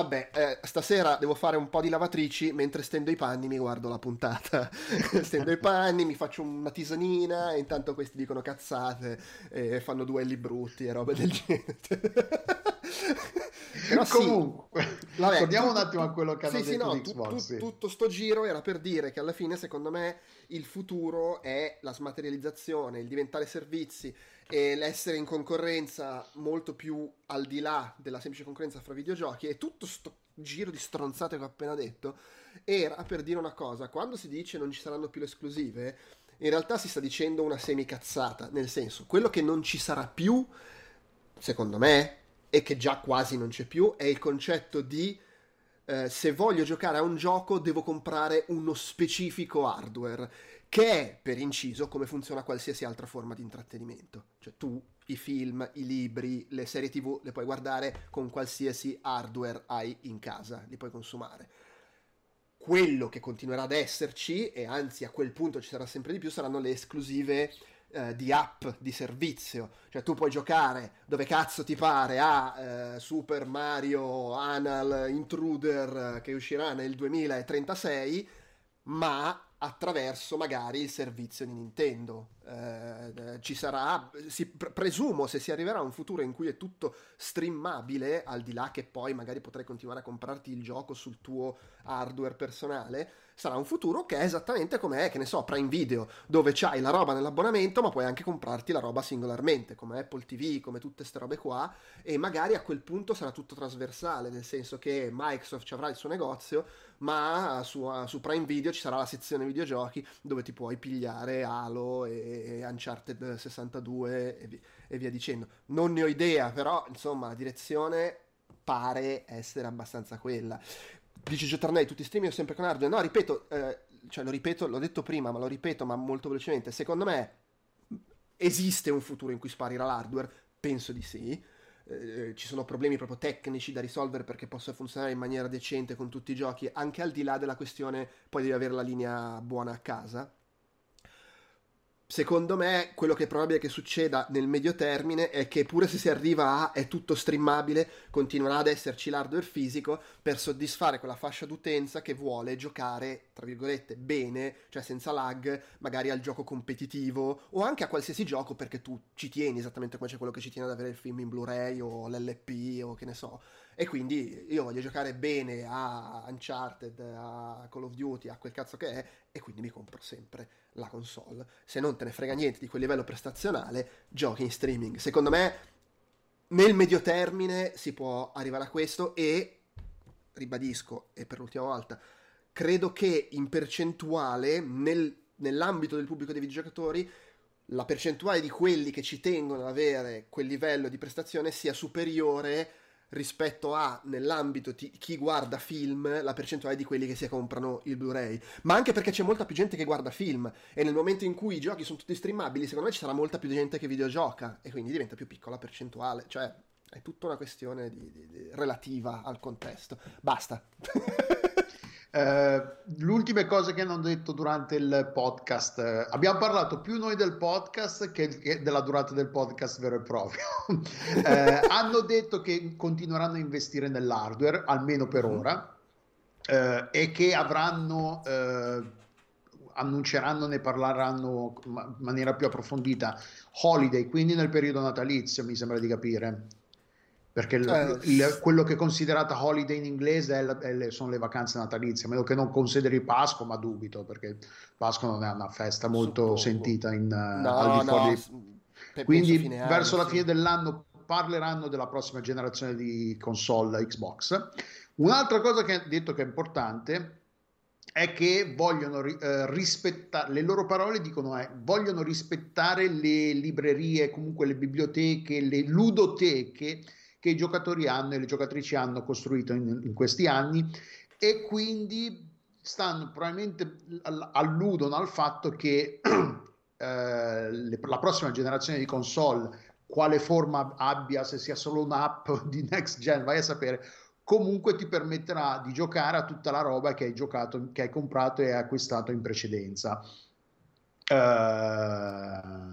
stasera devo fare un po' di lavatrici, mentre stendo i panni mi guardo la puntata. Stendo i panni, mi faccio un una tisanina e intanto questi dicono cazzate e fanno duelli brutti e robe del genere. Però sì, Comunque, vabbè, torniamo un attimo a quello che hanno sì, sì, detto no, di Xbox. Sì. tutto sto giro era per dire che alla fine, secondo me, il futuro è la smaterializzazione, il diventare servizi e l'essere in concorrenza molto più al di là della semplice concorrenza fra videogiochi, e tutto sto giro di stronzate che ho appena detto era per dire una cosa: quando si dice non ci saranno più le esclusive, in realtà si sta dicendo una semicazzata, nel senso, quello che non ci sarà più, secondo me, e che già quasi non c'è più, è il concetto di se voglio giocare a un gioco devo comprare uno specifico hardware, che è, per inciso, come funziona qualsiasi altra forma di intrattenimento. Cioè tu i film, i libri, le serie TV le puoi guardare con qualsiasi hardware hai in casa, li puoi consumare. Quello che continuerà ad esserci, e anzi a quel punto ci sarà sempre di più, saranno le esclusive di app, di servizio. Cioè tu puoi giocare dove cazzo ti pare a Super Mario Anal Intruder che uscirà nel 2036, ma attraverso magari il servizio di Nintendo. Ci sarà, presumo, se si arriverà a un futuro in cui è tutto streamabile, al di là che poi magari potrai continuare a comprarti il gioco sul tuo hardware personale, sarà un futuro che è esattamente come è, che ne so, Prime Video, dove c'hai la roba nell'abbonamento ma puoi anche comprarti la roba singolarmente, come Apple TV, come tutte ste robe qua, e magari a quel punto sarà tutto trasversale, nel senso che Microsoft ci avrà il suo negozio, ma su Prime Video ci sarà la sezione videogiochi dove ti puoi pigliare Halo e Uncharted 62 e via dicendo. Non ne ho idea, però insomma la direzione pare essere abbastanza quella. Dice Giottarnei, tutti i streaming sempre con hardware. No, ripeto, cioè lo ripeto, l'ho detto prima, ma lo ripeto, ma molto velocemente. Secondo me esiste un futuro in cui sparirà l'hardware? Penso di sì. Ci sono problemi proprio tecnici da risolvere perché possa funzionare in maniera decente con tutti i giochi, anche al di là della questione poi devi avere la linea buona a casa. Secondo me, quello che è probabile che succeda nel medio termine è che pure se si arriva a è tutto streamabile, continuerà ad esserci l'hardware fisico per soddisfare quella fascia d'utenza che vuole giocare, tra virgolette, bene, cioè senza lag, magari al gioco competitivo o anche a qualsiasi gioco perché tu ci tieni, esattamente come c'è quello che ci tiene ad avere il film in Blu-ray o l'LP o che ne so. E quindi io voglio giocare bene a Uncharted, a Call of Duty, a quel cazzo che è, e quindi mi compro sempre la console. Se non te ne frega niente di quel livello prestazionale, giochi in streaming. Secondo me nel medio termine si può arrivare a questo, e ribadisco, e per l'ultima volta, credo che in percentuale nell'ambito del pubblico dei videogiocatori la percentuale di quelli che ci tengono ad avere quel livello di prestazione sia superiore rispetto a, nell'ambito chi guarda film, la percentuale di quelli che si comprano il Blu-ray. Ma anche perché c'è molta più gente che guarda film, e nel momento in cui i giochi sono tutti streamabili, secondo me ci sarà molta più gente che videogioca, e quindi diventa più piccola la percentuale. Cioè è tutta una questione relativa al contesto. Basta. L'ultima cosa che hanno detto durante il podcast, abbiamo parlato più noi del podcast che della durata del podcast vero e proprio. Hanno detto che continueranno a investire nell'hardware almeno per ora, e che avranno annunceranno, ne parleranno in maniera più approfondita holiday, quindi nel periodo natalizio, mi sembra di capire. Perché quello che è considerata holiday in inglese sono le vacanze natalizie, a meno che non consideri Pasqua, ma dubito, perché Pasqua non è una festa molto sentita al di fuori. Quindi verso la fine dell'anno parleranno della prossima generazione di console Xbox. Un'altra cosa che ha detto che è importante è che vogliono rispettare, le loro parole dicono vogliono rispettare le librerie, comunque le biblioteche, le ludoteche che i giocatori hanno e le giocatrici hanno costruito in questi anni, e quindi probabilmente alludono al fatto che la prossima generazione di console, quale forma abbia, se sia solo un'app di next gen, vai a sapere, comunque ti permetterà di giocare a tutta la roba che hai giocato, che hai comprato e acquistato in precedenza.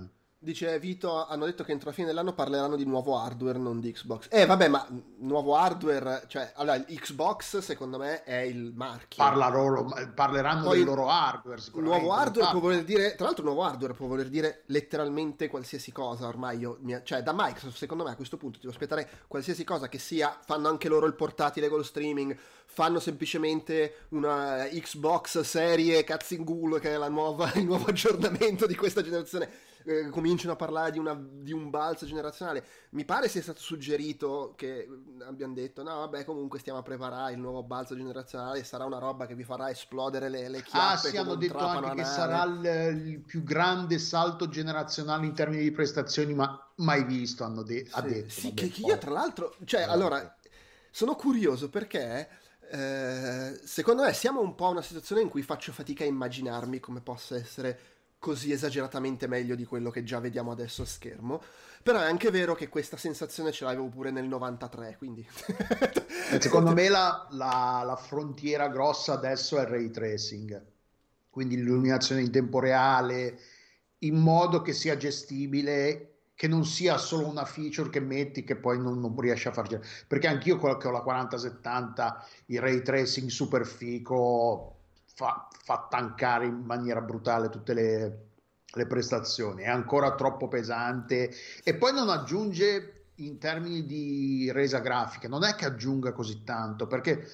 Dice Vito, hanno detto che entro la fine dell'anno parleranno di nuovo hardware, non di Xbox. Vabbè, ma nuovo hardware, cioè, allora, Xbox secondo me è il marchio. Parleranno Poi del loro hardware, sicuramente. Nuovo hardware può voler dire, tra l'altro nuovo hardware può voler dire letteralmente qualsiasi cosa, ormai cioè da Microsoft secondo me a questo punto ti devo aspettare qualsiasi cosa che sia, fanno anche loro il portatile con lo streaming, fanno semplicemente una Xbox serie Cazzingul che è il nuovo aggiornamento di questa generazione. Cominciano a parlare di un balzo generazionale. Mi pare sia stato suggerito che abbiamo detto no vabbè, comunque stiamo a preparare il nuovo balzo generazionale, sarà una roba che vi farà esplodere le chiappe. Sì, hanno detto anche che sarà il più grande salto generazionale in termini di prestazioni mai visto, ha detto. Sì, che io tra l'altro, cioè allora sono curioso perché secondo me siamo un po' in una situazione in cui faccio fatica a immaginarmi come possa essere così esageratamente meglio di quello che già vediamo adesso a schermo, però è anche vero che questa sensazione ce l'avevo pure nel 93, quindi secondo me la frontiera grossa adesso è il ray tracing, quindi l'illuminazione in tempo reale in modo che sia gestibile, che non sia solo una feature che metti che poi non riesci a farci, perché anch'io che ho la 4070 il ray tracing super fico fa tankare in maniera brutale tutte le prestazioni, è ancora troppo pesante e poi non aggiunge in termini di resa grafica, non è che aggiunga così tanto, perché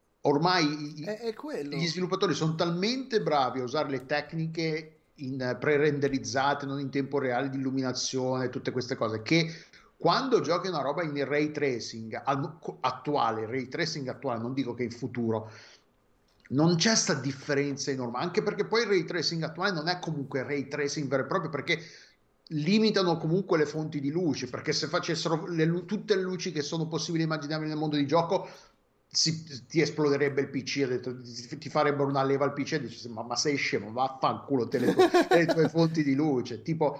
ormai è quello. Gli sviluppatori sono talmente bravi a usare le tecniche pre-renderizzate, non in tempo reale, di illuminazione, tutte queste cose, che quando giochi una roba in ray tracing attuale, non dico che in futuro, non c'è sta differenza enorme, anche perché poi il ray tracing attuale non è comunque ray tracing vero e proprio, perché limitano comunque le fonti di luce, perché se facessero tutte le luci che sono possibili e immaginabili nel mondo di gioco ti esploderebbe il PC, ti farebbero una leva al PC e dici ma sei scemo, vaffanculo le tue fonti di luce, tipo.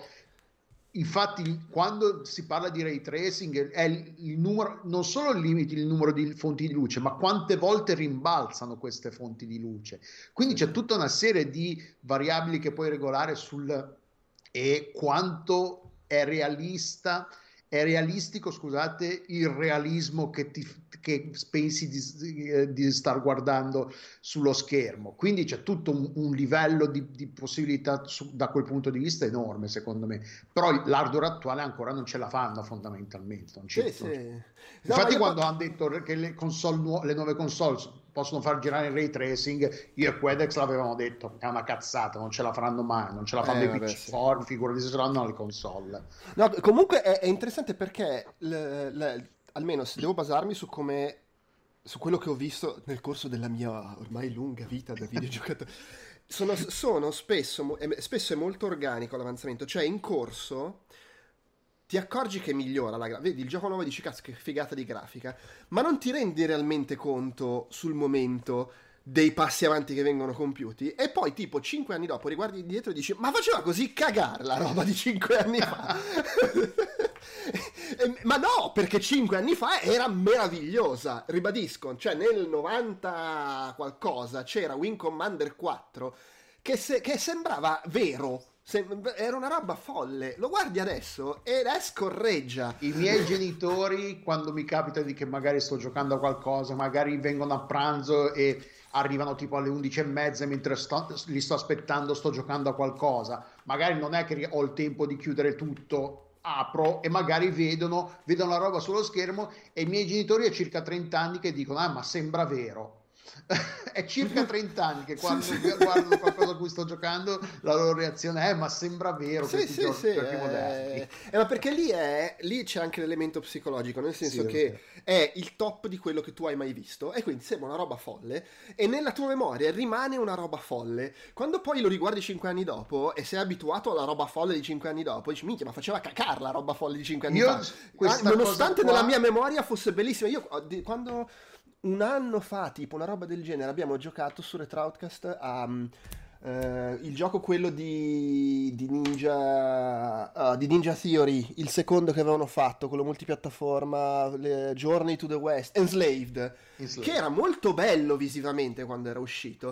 Infatti, quando si parla di ray tracing, è il numero, non solo limiti il numero di fonti di luce, ma quante volte rimbalzano queste fonti di luce. Quindi c'è tutta una serie di variabili che puoi regolare e quanto è realistico, scusate, il realismo che pensi di star guardando sullo schermo. Quindi c'è tutto un livello di possibilità da quel punto di vista enorme, secondo me. Però l'hardware attuale ancora non ce la fanno fondamentalmente. Infatti quando hanno detto che le nuove console possono far girare il ray tracing, io e Quedex l'avevamo detto, è una cazzata, non ce la faranno mai, non ce la fanno i PC forti, figurati se ce l'hanno le console. No, comunque è interessante perché almeno se devo basarmi su quello che ho visto nel corso della mia ormai lunga vita da videogiocatore, sono spesso e molto organico l'avanzamento, cioè in corso ti accorgi che migliora vedi il gioco nuovo e dici cazzo che figata di grafica, ma non ti rendi realmente conto sul momento dei passi avanti che vengono compiuti, e poi tipo 5 anni dopo riguardi indietro e dici ma faceva così cagare la roba di 5 anni fa. Ma no, perché 5 anni fa era meravigliosa, ribadisco, cioè nel 90 qualcosa c'era Wing Commander 4 che sembrava vero. Era una roba folle, lo guardi adesso e scorreggia. I miei genitori, quando mi capita di che magari sto giocando a qualcosa, magari vengono a pranzo e arrivano tipo alle 11:30 mentre li sto aspettando, sto giocando a qualcosa, magari non è che ho il tempo di chiudere tutto, apro e magari vedono la roba sullo schermo, e i miei genitori a circa 30 anni che dicono ma sembra vero. È circa 30 anni che quando guardano qualcosa a cui sto giocando la loro reazione è ma sembra vero. Giochi moderni. Ma perché lì c'è anche l'elemento psicologico, nel senso che è il top di quello che tu hai mai visto e quindi sembra una roba folle e nella tua memoria rimane una roba folle. Quando poi lo riguardi 5 anni dopo e sei abituato alla roba folle di 5 anni dopo, dici minchia, ma faceva cacare la roba folle di 5 anni fa, nonostante nella mia memoria fosse bellissima. Io quando un anno fa, tipo una roba del genere, abbiamo giocato su Retroutcast a il gioco quello di Ninja Theory, il secondo che avevano fatto, quello multipiattaforma, Journey to the West, Enslaved, che era molto bello visivamente quando era uscito,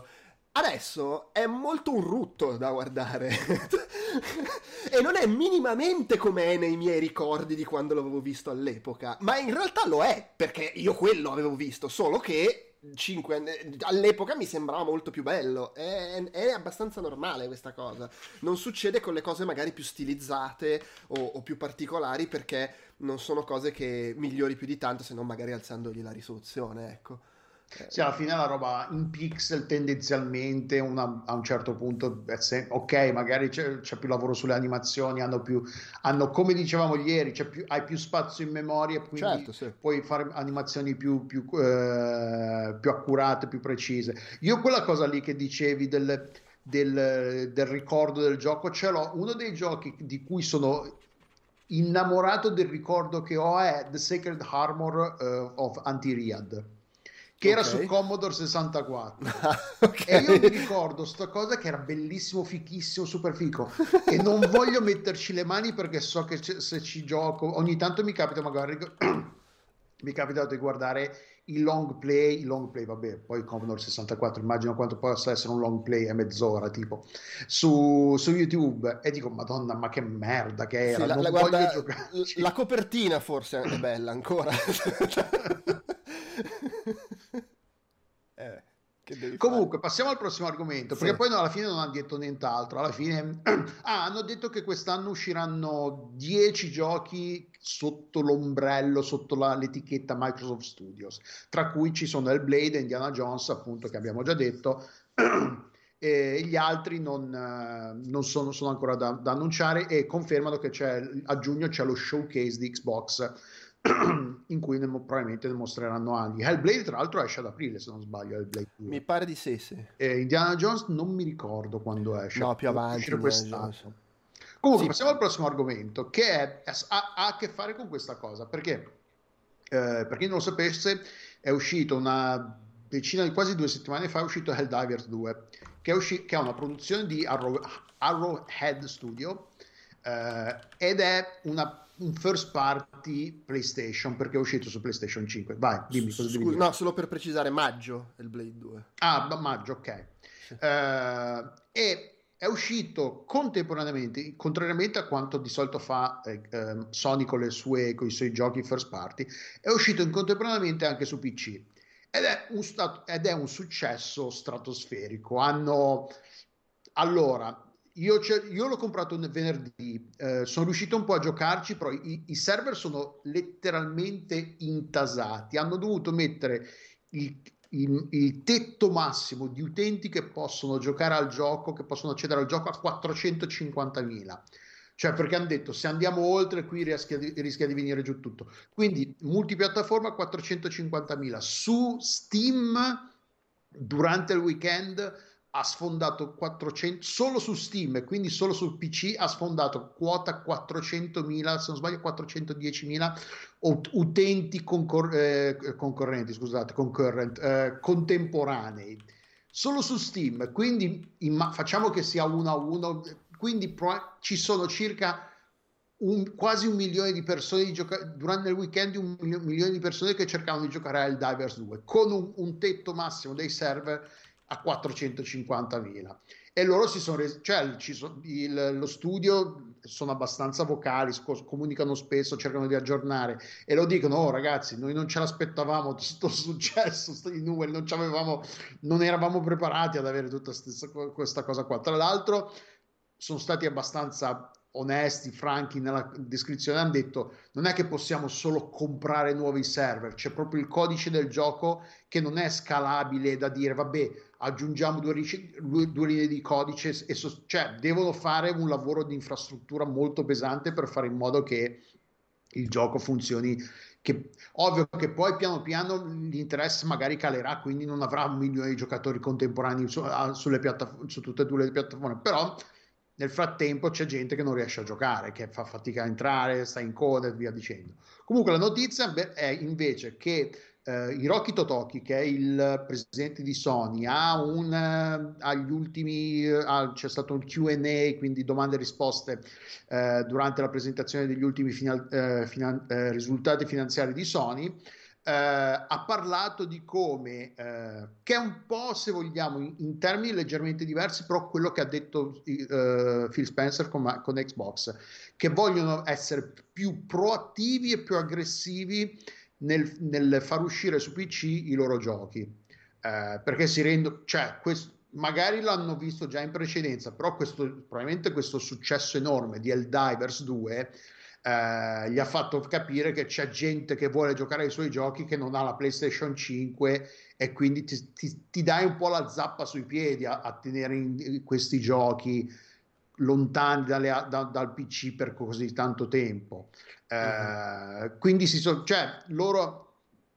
Adesso è molto un rutto da guardare e non è minimamente come è nei miei ricordi di quando l'avevo visto all'epoca, ma in realtà lo è, perché io quello avevo visto, solo che all'epoca mi sembrava molto più bello. È abbastanza normale questa cosa. Non succede con le cose magari più stilizzate o più particolari, perché non sono cose che migliori più di tanto, se non magari alzandogli la risoluzione, ecco. Sì, alla fine la roba in pixel tendenzialmente a un certo punto, ok, magari c'è più lavoro sulle animazioni, come dicevamo ieri, hai più spazio in memoria, quindi Certo, sì. puoi fare animazioni più accurate, più precise. Io quella cosa lì che dicevi del ricordo del gioco, ce l'ho. Uno dei giochi di cui sono innamorato del ricordo che ho è The Sacred Armor of Anti-Riad, che era su Ok. Commodore 64. Ok. E io mi ricordo sta cosa che era bellissimo, fichissimo, super fico, e non voglio metterci le mani perché so che se ci gioco ogni tanto mi capita magari mi è capitato di guardare il long play, vabbè, poi Commodore 64, immagino quanto possa essere un long play, è mezz'ora tipo, su YouTube, e dico, Madonna, ma che merda che Sì, era, non voglio guarda, la giocarci. copertina forse è bella ancora. Che devi fare? Comunque, passiamo al prossimo argomento, Sì. perché poi no, alla fine non hanno detto nient'altro. Alla fine, hanno detto che quest'anno usciranno 10 giochi sotto l'ombrello, sotto l'etichetta Microsoft Studios, tra cui ci sono Hellblade e Indiana Jones, appunto, che abbiamo già detto. E gli altri non sono ancora da annunciare, e confermano che a giugno c'è lo showcase di Xbox in cui probabilmente ne mostreranno anni. Hellblade tra l'altro esce ad aprile, se non sbaglio, Hellblade Mi 2. pare di sì, sì. Indiana Jones non mi ricordo quando esce, No, più dovrebbe avanti uscire Indiana Jones. quest'anno. Comunque Sì, passiamo al prossimo argomento, che ha a che fare con questa cosa, perché per chi non lo sapesse è uscito una decina di quasi 2 settimane fa, è uscito Helldivers 2, che è una produzione di Arrowhead Studio, ed è un first party PlayStation, perché è uscito su PlayStation 5. Vai, dimmi cosa devi scusa, dire. no, solo per precisare, maggio è il Blade 2. Ah, maggio, ok. Sì. E è uscito contemporaneamente, contrariamente a quanto di solito fa Sony con i suoi giochi first party, è uscito contemporaneamente anche su PC. Ed è un successo stratosferico. Allora, io l'ho comprato venerdì, sono riuscito un po' a giocarci, però i server sono letteralmente intasati. Hanno dovuto mettere il, il tetto massimo di utenti che possono giocare al gioco, che possono accedere al gioco, a 450.000. Cioè, perché hanno detto, se andiamo oltre qui rischia di venire giù tutto. Quindi multipiattaforma 450.000. Su Steam durante il weekend ha sfondato 400, solo su Steam e quindi solo sul PC ha sfondato quota 400.000, se non sbaglio 410.000 utenti concorrenti, scusate, contemporanei. Solo su Steam, quindi facciamo che sia 1-1, quindi ci sono circa quasi 1 milione di persone durante il weekend, 1 milione di persone che cercavano di giocare a Helldivers 2 con un tetto massimo dei server a 450.000. E loro si sono resi, cioè lo studio sono abbastanza vocali, comunicano spesso, cercano di aggiornare e lo dicono: oh ragazzi, noi non ce l'aspettavamo questo successo, i numeri non eravamo preparati ad avere tutta questa cosa qua. Tra l'altro sono stati abbastanza onesti, franchi nella descrizione, hanno detto: non è che possiamo solo comprare nuovi server, c'è proprio il codice del gioco che non è scalabile da dire vabbè, aggiungiamo due linee di codice, cioè devono fare un lavoro di infrastruttura molto pesante per fare in modo che il gioco funzioni. Ovvio che poi piano piano l'interesse magari calerà, quindi non avrà 1 milione di giocatori contemporanei su tutte e due le piattaforme, però nel frattempo c'è gente che non riesce a giocare, che fa fatica a entrare, sta in coda e via dicendo. Comunque la notizia è invece che Hiroki Totoki, che è il presidente di Sony, c'è stato un Q&A, quindi domande e risposte, durante la presentazione degli ultimi risultati finanziari di Sony. ha parlato di come, che è un po', se vogliamo, in termini leggermente diversi, però quello che ha detto Phil Spencer con Xbox, che vogliono essere più proattivi e più aggressivi nel far uscire su PC i loro giochi. Perché si rendono, cioè, magari l'hanno visto già in precedenza, però probabilmente questo successo enorme di Helldivers 2 gli ha fatto capire che c'è gente che vuole giocare ai suoi giochi che non ha la PlayStation 5 e quindi ti dai un po' la zappa sui piedi a tenere questi giochi lontani dal PC per così tanto tempo. Quindi cioè, loro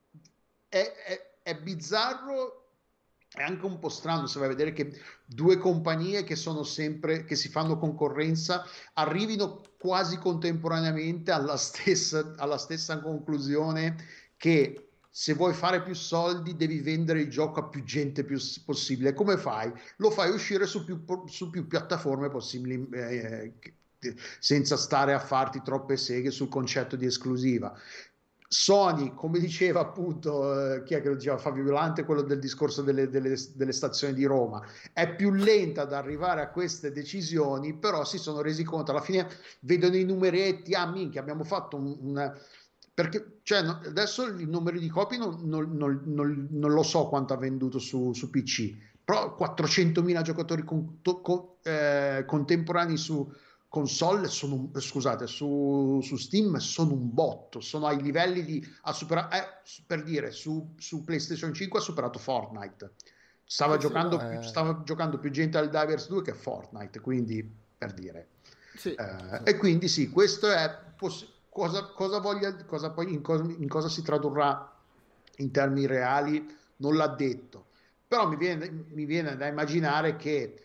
è bizzarro. È anche un po' strano se vai a vedere che due compagnie che sono sempre, che si fanno concorrenza, arrivino quasi contemporaneamente alla stessa conclusione, che se vuoi fare più soldi devi vendere il gioco a più gente più possibile. Come fai? Lo fai uscire su più piattaforme possibili, senza stare a farti troppe seghe sul concetto di esclusiva. Sony, come diceva appunto, chi è che lo diceva? Fabio Volante, quello del discorso delle stazioni di Roma, è più lenta ad arrivare a queste decisioni, però si sono resi conto, alla fine vedono i numeretti, minchia, abbiamo fatto perché cioè, adesso il numero di copie non lo so quanto ha venduto su PC, però 400.000 giocatori contemporanei su console scusate, su Steam sono un botto, sono ai livelli per dire, su PlayStation 5 ha superato Fortnite. Stava giocando più gente al Divers 2 che Fortnite, quindi per dire. Sì. E quindi sì, questo è cosa poi in cosa si tradurrà in termini reali non l'ha detto, però mi viene da immaginare che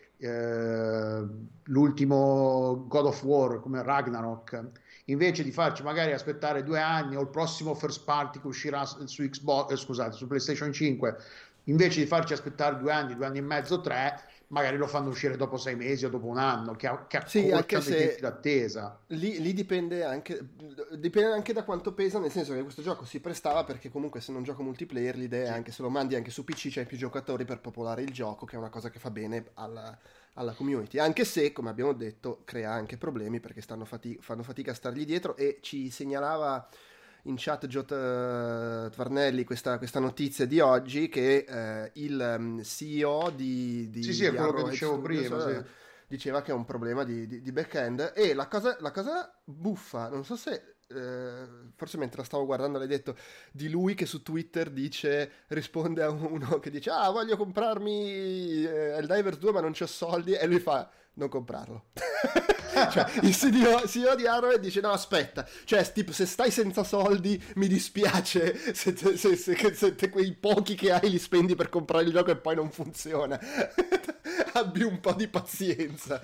l'ultimo God of War come Ragnarok, invece di farci magari aspettare 2 anni o il prossimo first party che uscirà su Xbox, scusate, su PlayStation 5, invece di farci aspettare 2 anni e mezzo, 3, magari lo fanno uscire dopo 6 mesi o dopo un anno, che accorciano i tempi d'attesa. Lì dipende anche da quanto pesa, nel senso che questo gioco si prestava, perché comunque se non gioco multiplayer l'idea è anche se lo mandi anche su PC c'hai più giocatori per popolare il gioco, che è una cosa che fa bene alla community, anche se, come abbiamo detto, crea anche problemi perché fanno fatica a stargli dietro. E ci segnalava in chat Tvarnelli questa notizia di oggi, che il CEO di sì, è quello che dicevo prima, diceva che è un problema di back-end. E la cosa buffa, non so se forse mentre stavo guardando l'hai detto, di lui che su Twitter risponde a uno che dice voglio comprarmi Helldivers 2 ma non c'ho soldi, e lui fa non comprarlo. Cioè il CEO di Arrowhead dice no aspetta, cioè tipo se stai senza soldi mi dispiace se quei pochi che hai li spendi per comprare il gioco e poi non funziona. Abbi un po' di pazienza.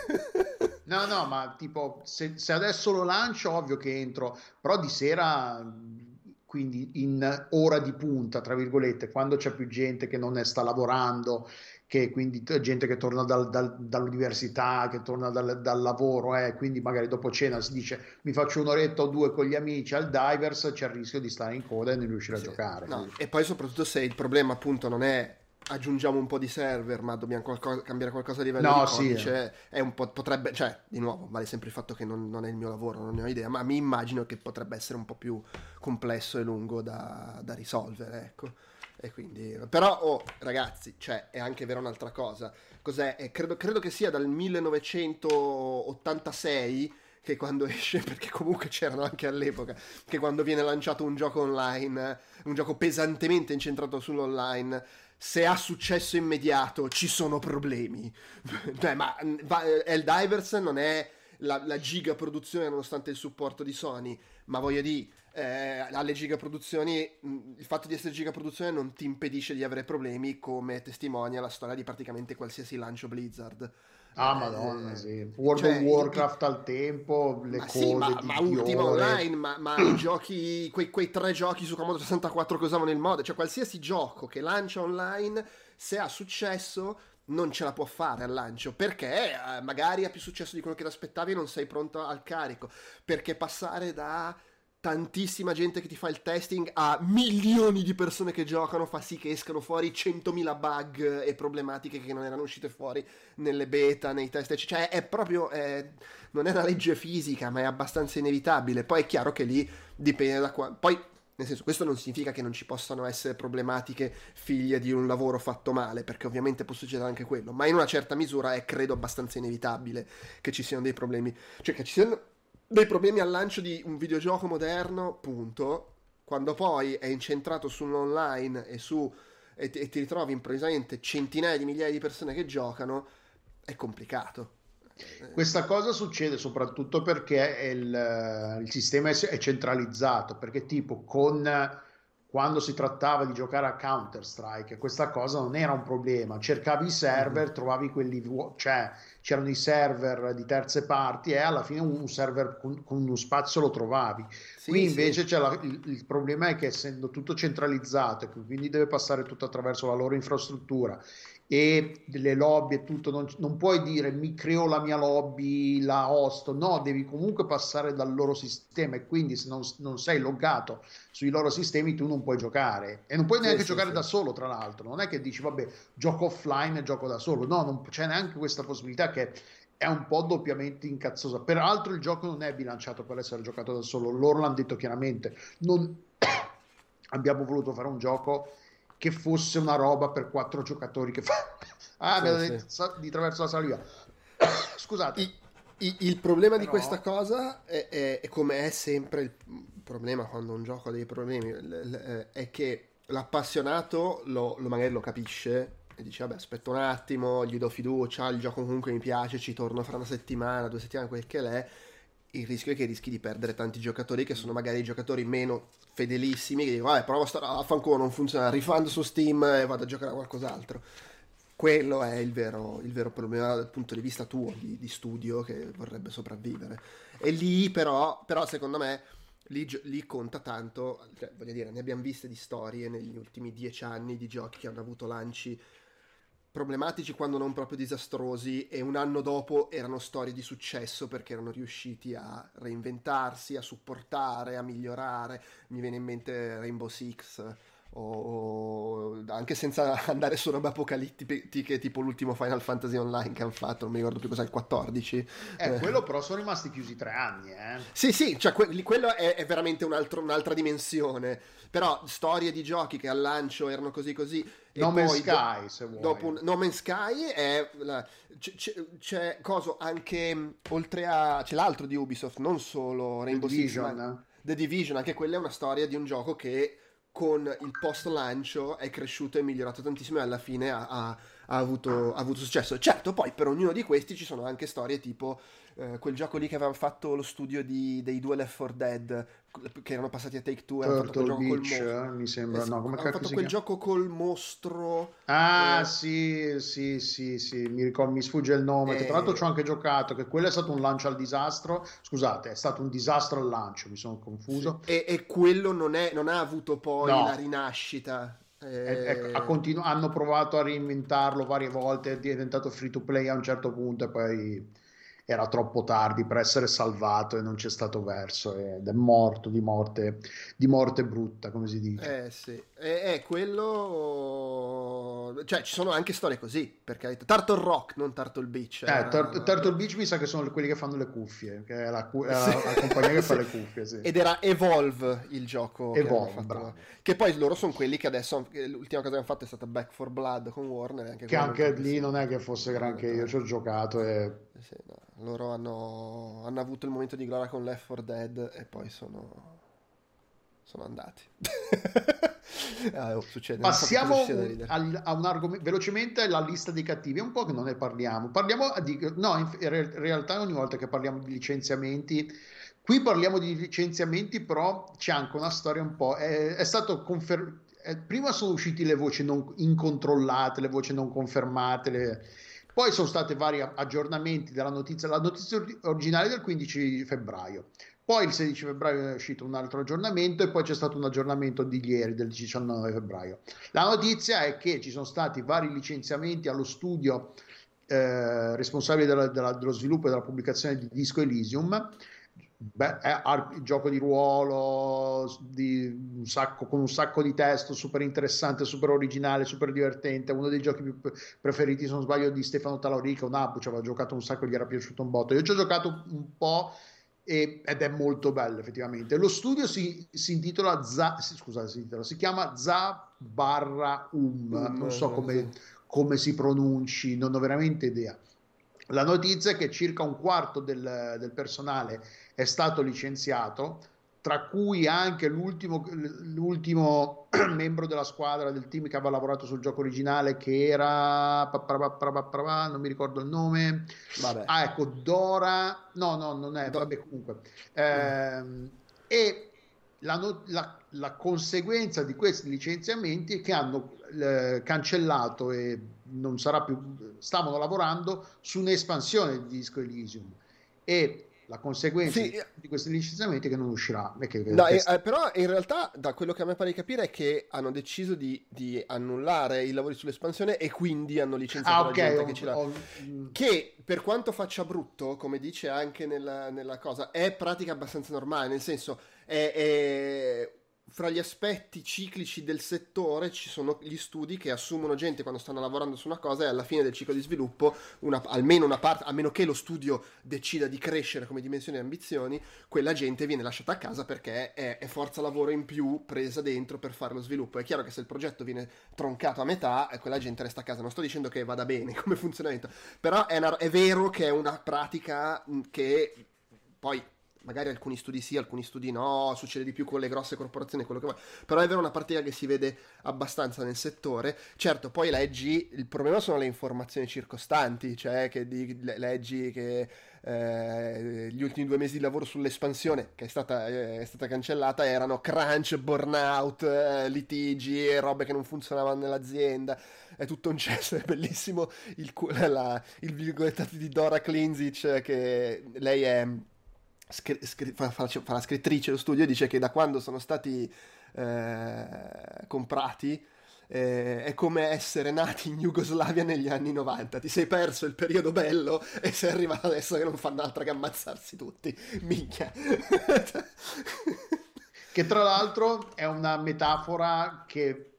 No, ma tipo se adesso lo lancio, ovvio che entro, però di sera, quindi in ora di punta, tra virgolette, quando c'è più gente che non sta lavorando, che quindi gente che torna dall'università, che torna dal lavoro, quindi magari dopo cena si dice mi faccio un'oretta o 2 con gli amici al Divers, c'è il rischio di stare in coda e non riuscire a giocare. No. E poi soprattutto se il problema appunto non è aggiungiamo un po' di server, ma dobbiamo cambiare qualcosa a livello di codice, è un po', potrebbe, cioè di nuovo vale sempre il fatto che non è il mio lavoro, non ne ho idea, ma mi immagino che potrebbe essere un po' più complesso e lungo da risolvere, ecco. E quindi, però ragazzi, cioè è anche vera un'altra cosa. Cos'è? Credo che sia dal 1986 che quando esce, perché comunque c'erano anche all'epoca, che quando viene lanciato un gioco online, un gioco pesantemente incentrato sull'online, se ha successo immediato ci sono problemi. Cioè, ma Helldivers non è la giga produzione nonostante il supporto di Sony, ma voglio dire, alle gigaproduzioni, il fatto di essere gigaproduzione non ti impedisce di avere problemi, come testimonia la storia di praticamente qualsiasi lancio Blizzard. Madonna, sì. World of Warcraft al tempo, le cose sì, ma Ultima Online, ma i giochi, quei 3 giochi su Commodore 64 che usavano il mod, cioè qualsiasi gioco che lancia online, se ha successo non ce la può fare al lancio, perché magari ha più successo di quello che ti aspettavi e non sei pronto al carico, perché passare da tantissima gente che ti fa il testing a milioni di persone che giocano, fa sì che escano fuori 100.000 bug e problematiche che non erano uscite fuori nelle beta, nei test, cioè è proprio non è una legge fisica, ma è abbastanza inevitabile. Poi è chiaro che lì dipende da poi, nel senso, questo non significa che non ci possano essere problematiche figlie di un lavoro fatto male, perché ovviamente può succedere anche quello, ma in una certa misura è, credo, abbastanza inevitabile che ci siano dei problemi, cioè che ci siano dei problemi al lancio di un videogioco moderno, punto. Quando poi è incentrato sull'online e ti ritrovi improvvisamente centinaia di migliaia di persone che giocano, è complicato. Questa cosa succede soprattutto perché il sistema è centralizzato, perché tipo quando si trattava di giocare a Counter-Strike, questa cosa non era un problema, cercavi i server, trovavi quelli cioè c'erano i server di terze parti e alla fine un server con uno spazio lo trovavi. Sì, Qui sì. invece il problema è che essendo tutto centralizzato, quindi deve passare tutto attraverso la loro infrastruttura e delle lobby e tutto, non puoi dire mi creo la mia lobby, la hosto, no, devi comunque passare dal loro sistema e quindi se non sei loggato sui loro sistemi tu non puoi giocare e non puoi neanche giocare da solo, tra l'altro, non è che dici vabbè gioco offline e gioco da solo, no, non c'è neanche questa possibilità, che è un po' doppiamente incazzosa. Peraltro il gioco non è bilanciato per essere giocato da solo, loro l'hanno detto chiaramente, non abbiamo voluto fare un gioco che fosse una roba per 4 giocatori che fa mi ha detto di traverso la saliva. Scusate. Il problema di questa cosa è come è sempre il problema quando un gioco ha dei problemi, è che l'appassionato magari lo capisce e dice vabbè aspetta un attimo, gli do fiducia, il gioco comunque mi piace, ci torno fra una settimana, 2 settimane, quel che l'è. Il rischio è che rischi di perdere tanti giocatori che sono magari i giocatori meno fedelissimi, che dicono vabbè provo a fanculo, non funziona, rifando su Steam e vado a giocare a qualcos'altro. Quello è il vero problema dal punto di vista tuo di studio che vorrebbe sopravvivere. E lì però secondo me lì conta tanto, cioè, voglio dire, ne abbiamo viste di storie negli ultimi 10 anni di giochi che hanno avuto lanci problematici quando non proprio disastrosi e un anno dopo erano storie di successo perché erano riusciti a reinventarsi, a supportare, a migliorare. Mi viene in mente Rainbow Six o anche senza andare su robe apocalittiche tipo l'ultimo Final Fantasy Online che hanno fatto, non mi ricordo più cos'è, il 14. Quello però sono rimasti chiusi 3 anni. Sì, cioè quello è veramente un'altra dimensione, però storie di giochi che al lancio erano così No Man's Sky, se vuoi. Dopo No Man's Sky c'è coso anche oltre a c'è l'altro di Ubisoft, non solo Rainbow Six, ma The Division, anche quella è una storia di un gioco che con il post lancio è cresciuto e migliorato tantissimo e alla fine ha avuto successo. Certo, poi per ognuno di questi ci sono anche storie tipo quel gioco lì che aveva fatto lo studio dei 2 Left 4 Dead che erano passati a Take-Two, hanno fatto quel gioco Beach, col mostro, mi sembra, no, come hanno fatto quel gioco col mostro. Sì, mi sfugge il nome, che tra l'altro ci ho anche giocato, che quello è stato un lancio al disastro, scusate, è stato un disastro al lancio, mi sono confuso. Sì. E quello non ha avuto poi la rinascita. Hanno provato a reinventarlo varie volte, è diventato free to play a un certo punto e poi era troppo tardi per essere salvato e non c'è stato verso ed è morto di morte brutta, come si dice. Sì, è quello, cioè ci sono anche storie così, perché Turtle Rock, non Turtle Beach. Turtle Beach mi sa che sono quelli che fanno le cuffie, che è la compagnia che fa le cuffie, sì. Ed era Evolve il gioco Evolve, che poi loro sono quelli che adesso l'ultima cosa che hanno fatto è stata Back 4 Blood con Warner, che anche lì non è che fosse granché, io ci ho giocato e sì, no. Loro hanno avuto il momento di gloria con Left 4 Dead e poi sono andati. Succede. Passiamo a un argomento velocemente, la lista dei cattivi, è un po' che non ne parliamo in realtà ogni volta che parliamo di licenziamenti, qui parliamo di licenziamenti, però c'è anche una storia un po', è stato prima sono usciti le voci non incontrollate, le voci non confermate, poi sono stati vari aggiornamenti della notizia, la notizia originale del 15 febbraio, poi il 16 febbraio è uscito un altro aggiornamento e poi c'è stato un aggiornamento di ieri, del 19 febbraio. La notizia è che ci sono stati vari licenziamenti allo studio responsabile dello sviluppo e della pubblicazione di Disco Elysium, Beh, è il gioco di ruolo con un sacco di testo, super interessante, super originale, super divertente. Uno dei giochi più preferiti, se non sbaglio, di Stefano Talarico, Nabu, ci aveva giocato un sacco e gli era piaciuto un botto. Io ci ho giocato un po' ed è molto bello, effettivamente. Lo studio si intitola si chiama Za barra non so come si pronunci, non ho veramente idea. La notizia è che circa un quarto del personale è stato licenziato, tra cui anche l'ultimo membro della squadra del team che aveva lavorato sul gioco originale, che era non mi ricordo il nome. Vabbè. Ah, ecco, Dora. No, non è, vabbè, comunque. E la conseguenza di questi licenziamenti è che hanno cancellato e non sarà più, stavano lavorando su un'espansione di Disco Elysium, e la conseguenza di questi licenziamenti è che non uscirà. Però in realtà, da quello che a me pare di capire, è che hanno deciso di annullare i lavori sull'espansione e quindi hanno licenziato la gente che ce l'ha. Che, per quanto faccia brutto, come dice anche nella cosa, è pratica abbastanza normale, nel senso, è fra gli aspetti ciclici del settore ci sono gli studi che assumono gente quando stanno lavorando su una cosa, e alla fine del ciclo di sviluppo almeno una parte, a meno che lo studio decida di crescere come dimensioni e ambizioni, quella gente viene lasciata a casa perché è forza lavoro in più presa dentro per fare lo sviluppo. È chiaro che se il progetto viene troncato a metà, quella gente resta a casa. Non sto dicendo che vada bene come funzionamento, però è vero che è una pratica che poi magari alcuni studi sì, alcuni studi no, succede di più con le grosse corporazioni, quello che vuoi, però è vero, una pratica che si vede abbastanza nel settore. Certo, poi leggi, il problema sono le informazioni circostanti, cioè che leggi che gli ultimi 2 mesi di lavoro sull'espansione, che è stata cancellata, erano crunch, burnout, litigi e robe che non funzionavano nell'azienda. È tutto un cesso. È bellissimo il virgolettato di Dora Klinzic, che lei è fa la scrittrice dello studio, e dice che da quando sono stati comprati è come essere nati in Jugoslavia negli anni 90. Ti sei perso il periodo bello e sei arrivato adesso che non fanno altro che ammazzarsi tutti. Minchia. Che tra l'altro è una metafora che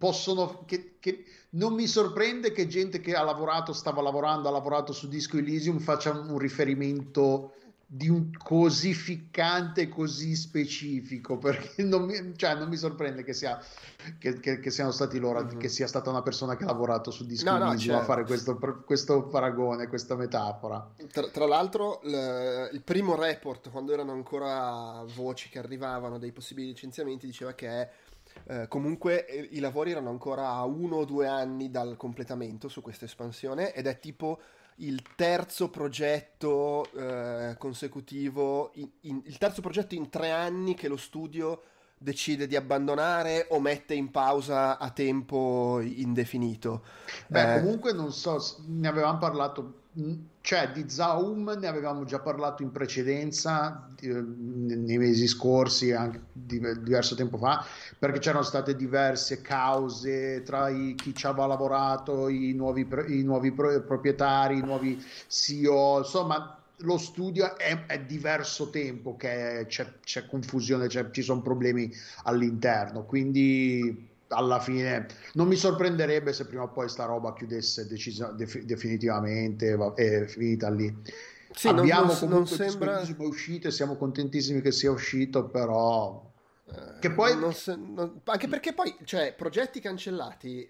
non mi sorprende che gente che ha lavorato su Disco Elysium faccia un riferimento di un così ficcante, così specifico, perché non mi sorprende che siano stati loro, che sia stata una persona che ha lavorato su Disco Elysium a fare questo paragone, questa metafora. Tra l'altro il primo report, quando erano ancora voci che arrivavano dei possibili licenziamenti, diceva che comunque i lavori erano ancora a 1 o 2 anni dal completamento su questa espansione, ed è tipo il terzo progetto consecutivo, il terzo progetto in 3 anni che lo studio decide di abbandonare o mette in pausa a tempo indefinito. Comunque non so, ne avevamo parlato, cioè di Zaum ne avevamo già parlato in precedenza, nei mesi scorsi, anche diverso tempo fa, perché c'erano state diverse cause tra chi ci aveva lavorato, i nuovi proprietari, i nuovi CEO, insomma. Lo studio è diverso tempo che c'è confusione, ci sono problemi all'interno, quindi alla fine non mi sorprenderebbe se prima o poi sta roba chiudesse definitivamente, è finita lì. Sì, abbiamo non sembra uscito e siamo contentissimi che sia uscito, però che poi anche perché poi, cioè, progetti cancellati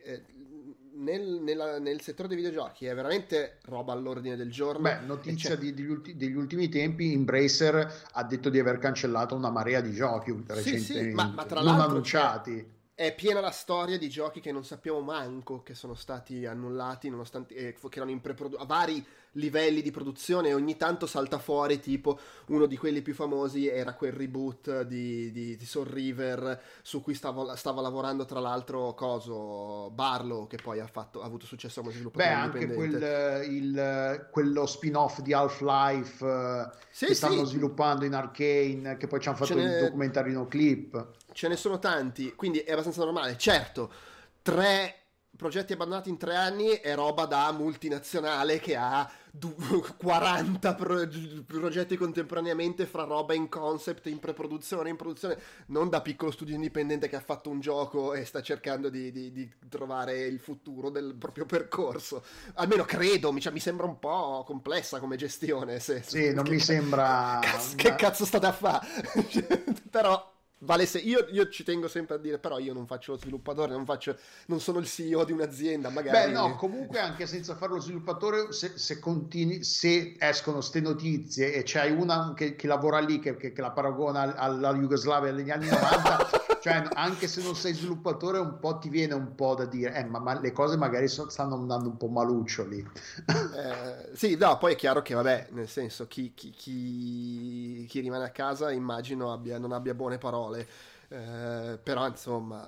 nel settore dei videogiochi è veramente roba all'ordine del giorno. Notizia degli ultimi tempi, Embracer ha detto di aver cancellato una marea di giochi recentemente, ma tra non l'altro annunciati. È piena la storia di giochi che non sappiamo manco che sono stati annullati, nonostante che erano in a vari livelli di produzione, e ogni tanto salta fuori, tipo uno di quelli più famosi era quel reboot di Soul River, su cui stava lavorando tra l'altro Barlow, che poi ha avuto successo come sviluppatore indipendente. Anche quello spin-off di Half-Life che stanno sviluppando in Arcane, che poi ci hanno fatto il documentario clip. Ce ne sono tanti, quindi è abbastanza normale. Certo, 3 progetti abbandonati in 3 anni è roba da multinazionale che ha 40 progetti contemporaneamente, fra roba in concept, in preproduzione, in produzione, non da piccolo studio indipendente che ha fatto un gioco e sta cercando di trovare il futuro del proprio percorso. Almeno credo, mi sembra un po' complessa come gestione. Sì, non mi sembra... Che cazzo state a fare? Però... Vale, se io ci tengo sempre a dire, però io non faccio lo sviluppatore, non sono il CEO di un'azienda, magari. Beh, no, comunque anche senza fare lo sviluppatore, se escono ste notizie e c'hai una che lavora lì che la paragona alla Jugoslavia degli anni 90, cioè anche se non sei sviluppatore un po' ti viene un po' da dire, ma le cose magari stanno andando un po' maluccioli. Sì, no, poi è chiaro che vabbè, nel senso chi rimane a casa immagino non abbia buone parole. Però insomma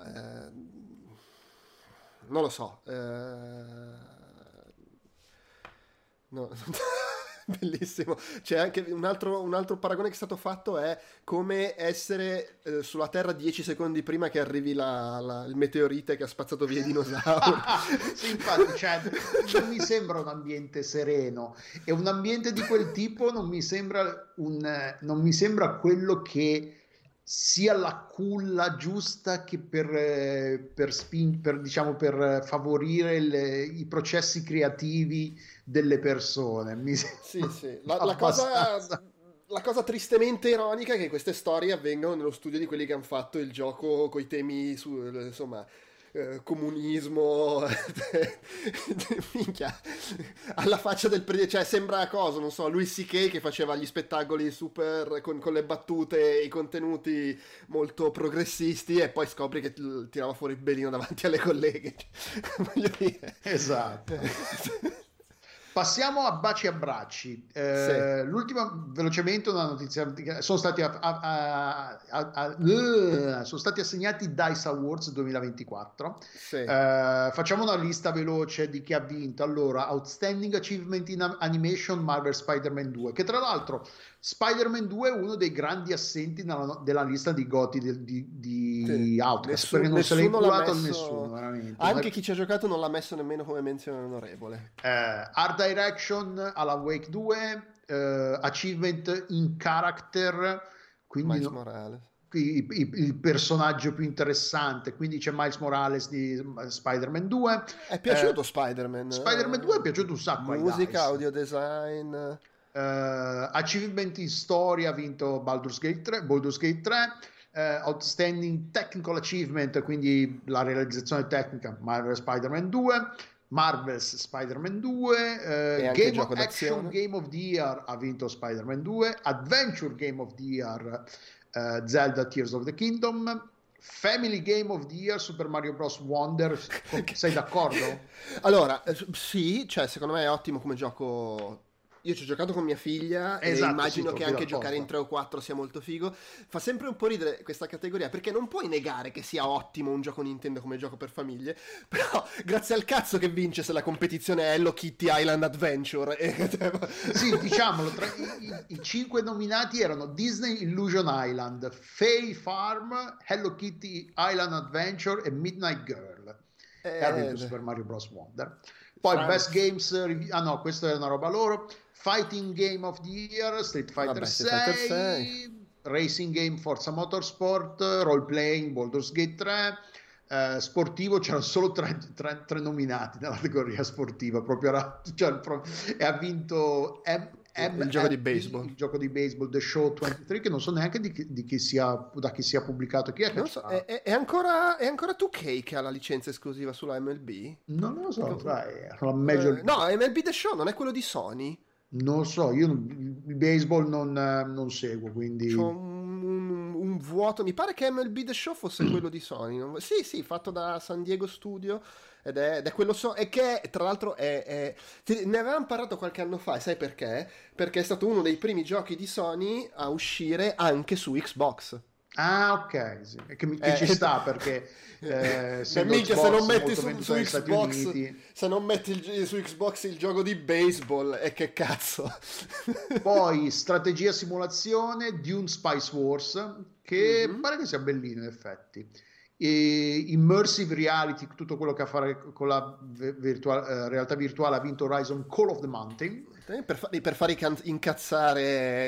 non lo so, no. Bellissimo. C'è anche un altro paragone che è stato fatto, è come essere sulla Terra 10 secondi prima che arrivi il meteorite che ha spazzato via i dinosauri. Sì, infatti, cioè, non mi sembra un ambiente sereno, e un ambiente di quel tipo non mi sembra quello che sia la culla giusta che per favorire i processi creativi delle persone. Sì. La cosa tristemente ironica è che queste storie avvengono nello studio di quelli che hanno fatto il gioco coi temi insomma, comunismo, minchia, alla faccia cioè sembra cosa, non so, Louis C.K. che faceva gli spettacoli super con le battute e i contenuti molto progressisti e poi scopri che tirava fuori il belino davanti alle colleghe. Voglio dire. Esatto. Passiamo a baci e abbracci. Sì. L'ultima, velocemente, una notizia: sono stati assegnati DICE Awards 2024. Sì. Facciamo una lista veloce di chi ha vinto. Allora, Outstanding Achievement in Animation, Marvel Spider-Man 2, che tra l'altro Spider-Man 2 è uno dei grandi assenti della lista di GOTY di Outcast, perché non se l'ha inculato nessuno, veramente. Anche chi ci ha giocato non l'ha messo nemmeno come menzione onorevole. Art Direction, Alan Wake 2, Achievement in Character, quindi Miles Morales. Il personaggio più interessante, quindi c'è Miles Morales di Spider-Man 2. È piaciuto Spider-Man 2 è piaciuto un sacco. Musica, audio design. Achievement in storia ha vinto Baldur's Gate 3. Outstanding Technical Achievement, quindi la realizzazione tecnica, Marvel Spider-Man 2. Marvel's Spider-Man 2, Game of Action Game of the Year ha vinto Spider-Man 2, Adventure Game of the Year Zelda Tears of the Kingdom, Family Game of the Year Super Mario Bros. Wonder. Sei d'accordo? Allora, sì, cioè secondo me è ottimo come gioco. Io ci ho giocato con mia figlia, esatto, e immagino che anche giocare in 3 o 4 sia molto figo. Fa sempre un po' ridere questa categoria, perché non puoi negare che sia ottimo un gioco Nintendo come gioco per famiglie, però grazie al cazzo che vince se la competizione è Hello Kitty Island Adventure. Sì, diciamolo, tra i 5 nominati erano Disney Illusion Island, Fae Farm, Hello Kitty Island Adventure e Midnight Girl. E ha vinto Super Mario Bros. Wonder. Poi Best Games, no, questa è una roba loro. Fighting Game of the Year, Street Fighter 6, Racing Game Forza Motorsport, Role Playing Baldur's Gate 3, sportivo c'erano solo tre nominati nella categoria sportiva, proprio e ha vinto il gioco di baseball. Il gioco di baseball, The Show 23, che non so neanche da chi sia pubblicato. Chi è che non so, è ancora 2K che ha la licenza esclusiva sulla MLB? Non lo so, dai, la Major... no, MLB The Show non è quello di Sony? Non lo so, io il baseball non seguo, quindi... C'ho un vuoto, mi pare che MLB The Show fosse quello di Sony. Sì, fatto da San Diego Studio, ed è quello e che tra l'altro ne avevamo parlato qualche anno fa, e sai perché? Perché è stato uno dei primi giochi di Sony a uscire anche su Xbox. Ah, ok, sì. Che ci sta, perché se non metti se non metti su Xbox il gioco di baseball, e che cazzo. Poi strategia simulazione, Dune Spice Wars, che pare che sia bellino in effetti. immersive reality, tutto quello che ha a fare con la realtà virtuale, ha vinto Horizon Call of the Mountain. Per fare incazzare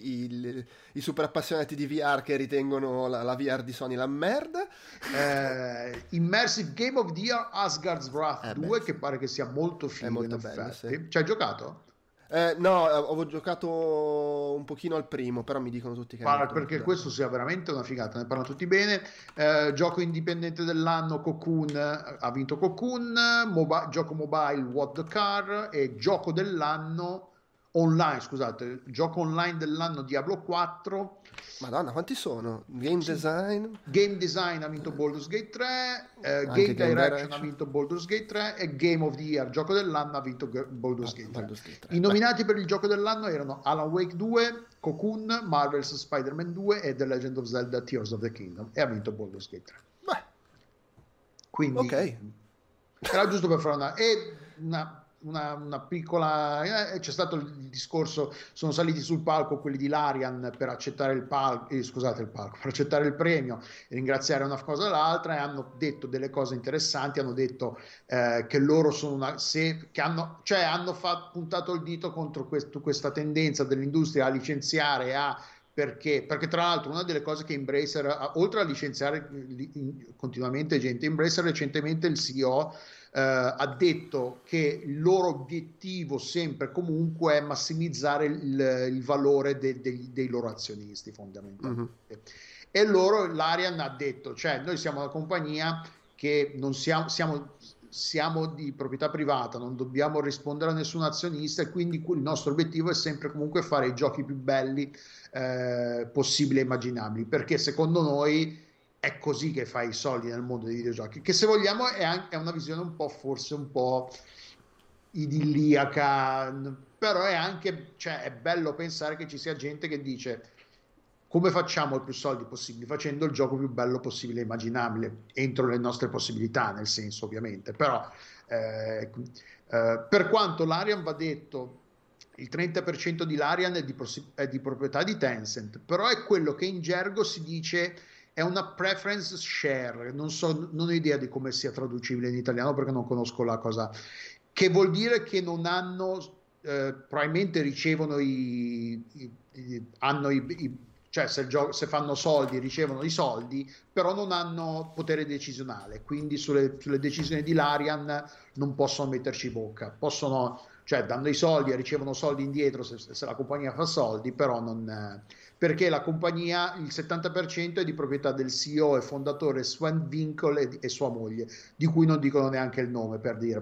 i super appassionati di VR che ritengono la VR di Sony la merda. Immersive Game of the Year Asgard's Wrath 2, beh, che pare che sia molto figo, molto in bello, effetti. sì. Ci hai giocato? No, ho giocato un pochino al primo, però mi dicono tutti che è molto, Perché molto questo bello. sia veramente una figata, ne parlano tutti bene. Gioco indipendente dell'anno, Cocoon, ha vinto Cocoon. Gioco mobile, What the Car. E gioco dell'anno online, scusate, gioco online dell'anno, Diablo 4. Madonna, quanti sono? Game Sì. design? Game design ha vinto Baldur's Gate 3, Anche Game Game Direction ha vinto Baldur's Gate 3 e Game of the Year, gioco dell'anno, ha vinto Baldur's Gate 3. Baldur's Gate 3. I nominati per il gioco dell'anno erano Alan Wake 2, Cocoon, Marvel's Spider-Man 2 e The Legend of Zelda Tears of the Kingdom, e ha vinto Baldur's Gate 3. Beh, Quindi ok. era giusto per fare una piccola, c'è stato il discorso, sono saliti sul palco quelli di Larian per accettare il palco, per accettare il premio, ringraziare una cosa e l'altra, e hanno detto delle cose interessanti. Hanno detto che loro sono hanno puntato il dito contro questa tendenza dell'industria a licenziare, perché tra l'altro una delle cose che Embracer, oltre a licenziare continuamente gente, Embracer recentemente, il CEO ha detto che il loro obiettivo sempre e comunque è massimizzare il valore dei loro azionisti, fondamentalmente. E l'Arian ha detto, cioè, noi siamo una compagnia che non siamo di proprietà privata, non dobbiamo rispondere a nessun azionista, e quindi il nostro obiettivo è sempre comunque fare i giochi più belli possibili e immaginabili, perché secondo noi è così che fai i soldi nel mondo dei videogiochi, che se vogliamo è una visione forse un po' idilliaca, però è anche, cioè, è bello pensare che ci sia gente che dice: come facciamo il più soldi possibili? Facendo il gioco più bello possibile e immaginabile, entro le nostre possibilità, nel senso, ovviamente. Però per quanto l'Arian, va detto, il 30% di Larian è di proprietà di Tencent, però è quello che in gergo si dice è una preference share. Non ho idea di come sia traducibile in italiano, perché non conosco la cosa, che vuol dire che non hanno, probabilmente ricevono cioè se fanno soldi ricevono i soldi, però non hanno potere decisionale, quindi sulle decisioni di Larian non possono metterci bocca. Possono, cioè, danno i soldi e ricevono soldi indietro se la compagnia fa soldi, però non, perché la compagnia, il 70% è di proprietà del CEO e fondatore Sven Winkle e sua moglie, di cui non dicono neanche il nome, per dire,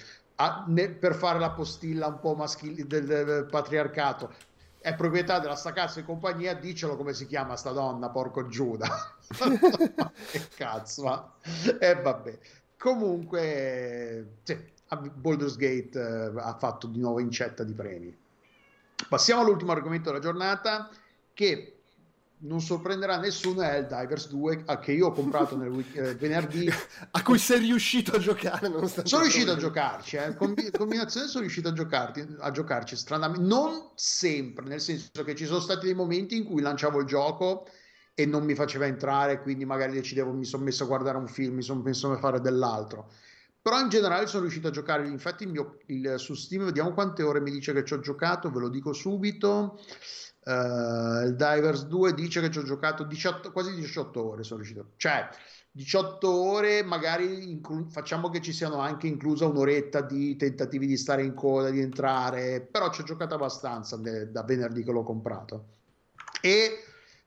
per fare la postilla un po' maschile del patriarcato. È proprietà della sta cazzo di compagnia, dicelo come si chiama sta donna, porco Giuda. Che cazzo, ma... E vabbè. Comunque, sì, Baldur's Gate ha fatto di nuovo incetta di premi. Passiamo all'ultimo argomento della giornata, che non sorprenderà nessuno, è Helldivers 2, che io ho comprato venerdì. A cui sei riuscito a giocare, nonostante... Sono riuscito a giocarci, combinazione, sono riuscito a giocarci stranamente, non sempre, nel senso che ci sono stati dei momenti in cui lanciavo il gioco e non mi faceva entrare, quindi magari decidevo, mi sono messo a guardare un film, mi sono messo a fare dell'altro. Però in generale sono riuscito a giocare. Infatti su Steam, vediamo quante ore mi dice che ci ho giocato, ve lo dico subito. Il Divers 2 dice che ci ho giocato quasi 18 ore, sono riuscito, cioè 18 ore, magari facciamo che ci siano anche inclusa un'oretta di tentativi di stare in coda, di entrare, però ci ho giocato abbastanza da venerdì che l'ho comprato. Ed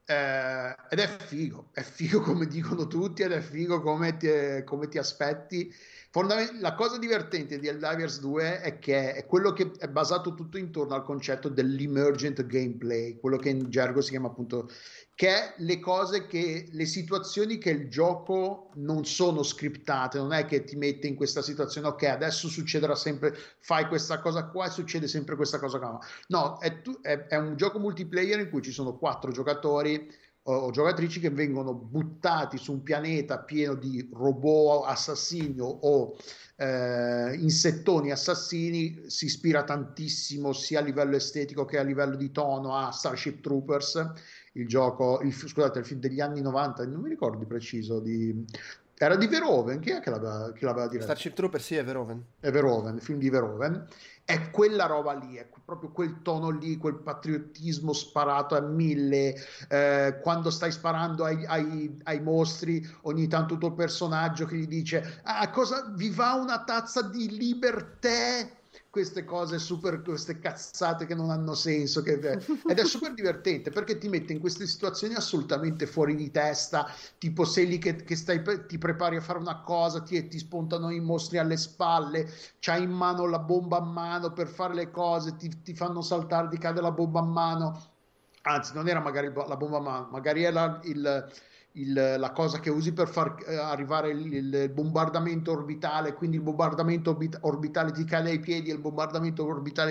è figo come dicono tutti, ed è figo come ti aspetti. La cosa divertente di Helldivers 2 è che è quello che è basato tutto intorno al concetto dell'emergent gameplay, quello che in gergo si chiama appunto, che è le situazioni che il gioco non sono scriptate, non è che ti mette in questa situazione, ok, adesso succederà sempre, fai questa cosa qua e succede sempre questa cosa qua. No, è un gioco multiplayer in cui ci sono 4 giocatori o giocatrici che vengono buttati su un pianeta pieno di robot assassini o insettoni assassini. Si ispira tantissimo, sia a livello estetico che a livello di tono, a Starship Troopers, scusate, il film degli anni 90, non mi ricordo di preciso, era di Verhoeven, chi è che l'aveva diretto? Starship Trooper, sì, è Verhoeven. È Verhoeven, il film di Verhoeven, è quella roba lì, è proprio quel tono lì, quel patriottismo sparato a mille, quando stai sparando ai mostri, ogni tanto il tuo personaggio che gli dice, cosa vi va una tazza di libertà? Queste cose super, queste cazzate che non hanno senso, ed è super divertente perché ti mette in queste situazioni assolutamente fuori di testa, tipo sei lì che ti prepari a fare una cosa, ti spuntano i mostri alle spalle, c'hai in mano la bomba a mano per fare le cose, ti fanno saltare, ti cade la bomba a mano, anzi non era magari la bomba a mano, magari era la cosa che usi per far arrivare il bombardamento orbitale, quindi il bombardamento orbitale ti cade ai piedi e il bombardamento orbitale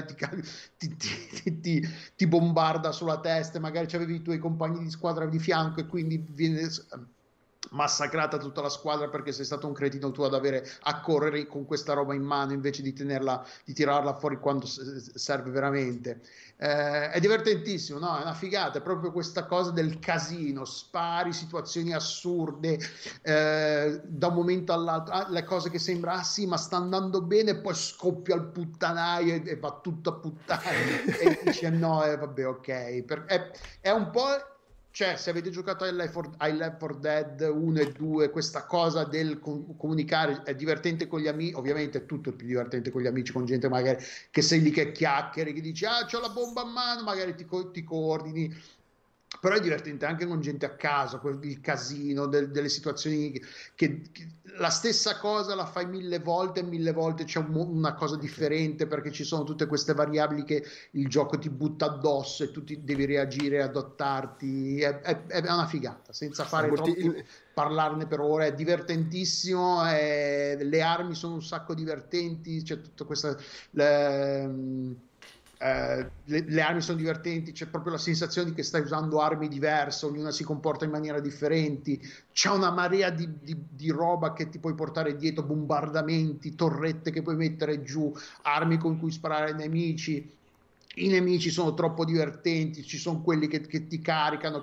ti bombarda sulla testa, magari c'avevi i tuoi compagni di squadra di fianco e quindi viene massacrata tutta la squadra perché sei stato un cretino tu a correre con questa roba in mano invece di tirarla fuori quando serve veramente. È divertentissimo, no? È una figata, è proprio questa cosa del casino, spari, situazioni assurde, da un momento all'altro, le cose che sembra, sì, ma sta andando bene, poi scoppia il puttanaio e va tutto a puttane e dice no, vabbè, ok. È un po'... Cioè, se avete giocato ai Left 4 Dead 1 e 2, questa cosa del comunicare è divertente con gli amici, ovviamente è tutto più divertente con gli amici, con gente magari che sei lì che chiacchieri, che dici, c'ho la bomba a mano, magari ti coordini, però è divertente anche con gente a caso, il casino, delle situazioni che la stessa cosa la fai mille volte e mille volte c'è una cosa differente perché ci sono tutte queste variabili che il gioco ti butta addosso e tu devi reagire, adattarti, è una figata, senza fare parlarne per ore, è divertentissimo, le armi sono un sacco divertenti, c'è tutta questa... le armi sono divertenti, c'è proprio la sensazione che stai usando armi diverse, ognuna si comporta in maniera differente, c'è una marea di roba che ti puoi portare dietro, bombardamenti, torrette che puoi mettere giù, armi con cui sparare ai nemici. I nemici sono troppo divertenti, ci sono quelli che ti caricano,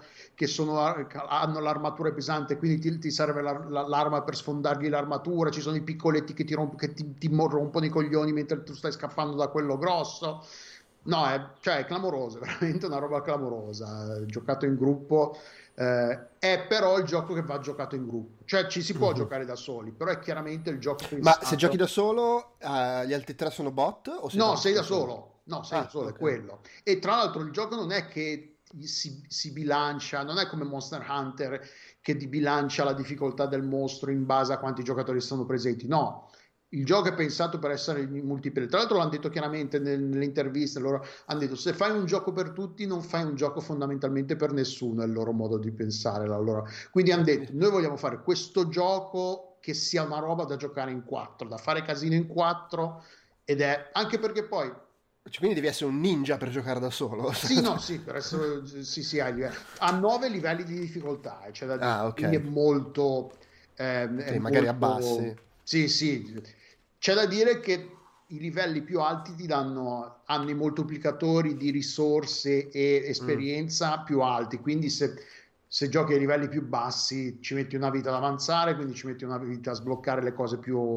hanno l'armatura pesante, quindi ti serve l'arma per sfondargli l'armatura, ci sono i piccoletti che ti rompono i coglioni mentre tu stai scappando da quello grosso. No, è clamoroso, è veramente una roba clamorosa. Giocato in gruppo, è però il gioco che va giocato in gruppo, cioè ci si può giocare da soli, però è chiaramente il gioco Ma se giochi da solo, gli altri tre sono bot? O sei da solo? No, sei da solo, okay. È quello. E tra l'altro il gioco non è che si bilancia, non è come Monster Hunter che ti bilancia la difficoltà del mostro in base a quanti giocatori sono presenti. No, il gioco è pensato per essere in multiplayer. Tra l'altro l'hanno detto chiaramente nelle interviste, loro hanno detto se fai un gioco per tutti non fai un gioco fondamentalmente per nessuno, è il loro modo di pensare. Quindi hanno detto noi vogliamo fare questo gioco che sia una roba da giocare in 4, da fare casino in 4, ed è anche perché poi quindi devi essere un ninja per giocare da solo. Sì, per essere sì, ha 9 livelli di difficoltà, c'è da dire, okay. Quindi è molto magari abbassi. Sì, c'è da dire che i livelli più alti hanno i moltiplicatori di risorse e esperienza più alti, quindi se giochi ai livelli più bassi ci metti una vita ad avanzare, quindi ci metti una vita a sbloccare le cose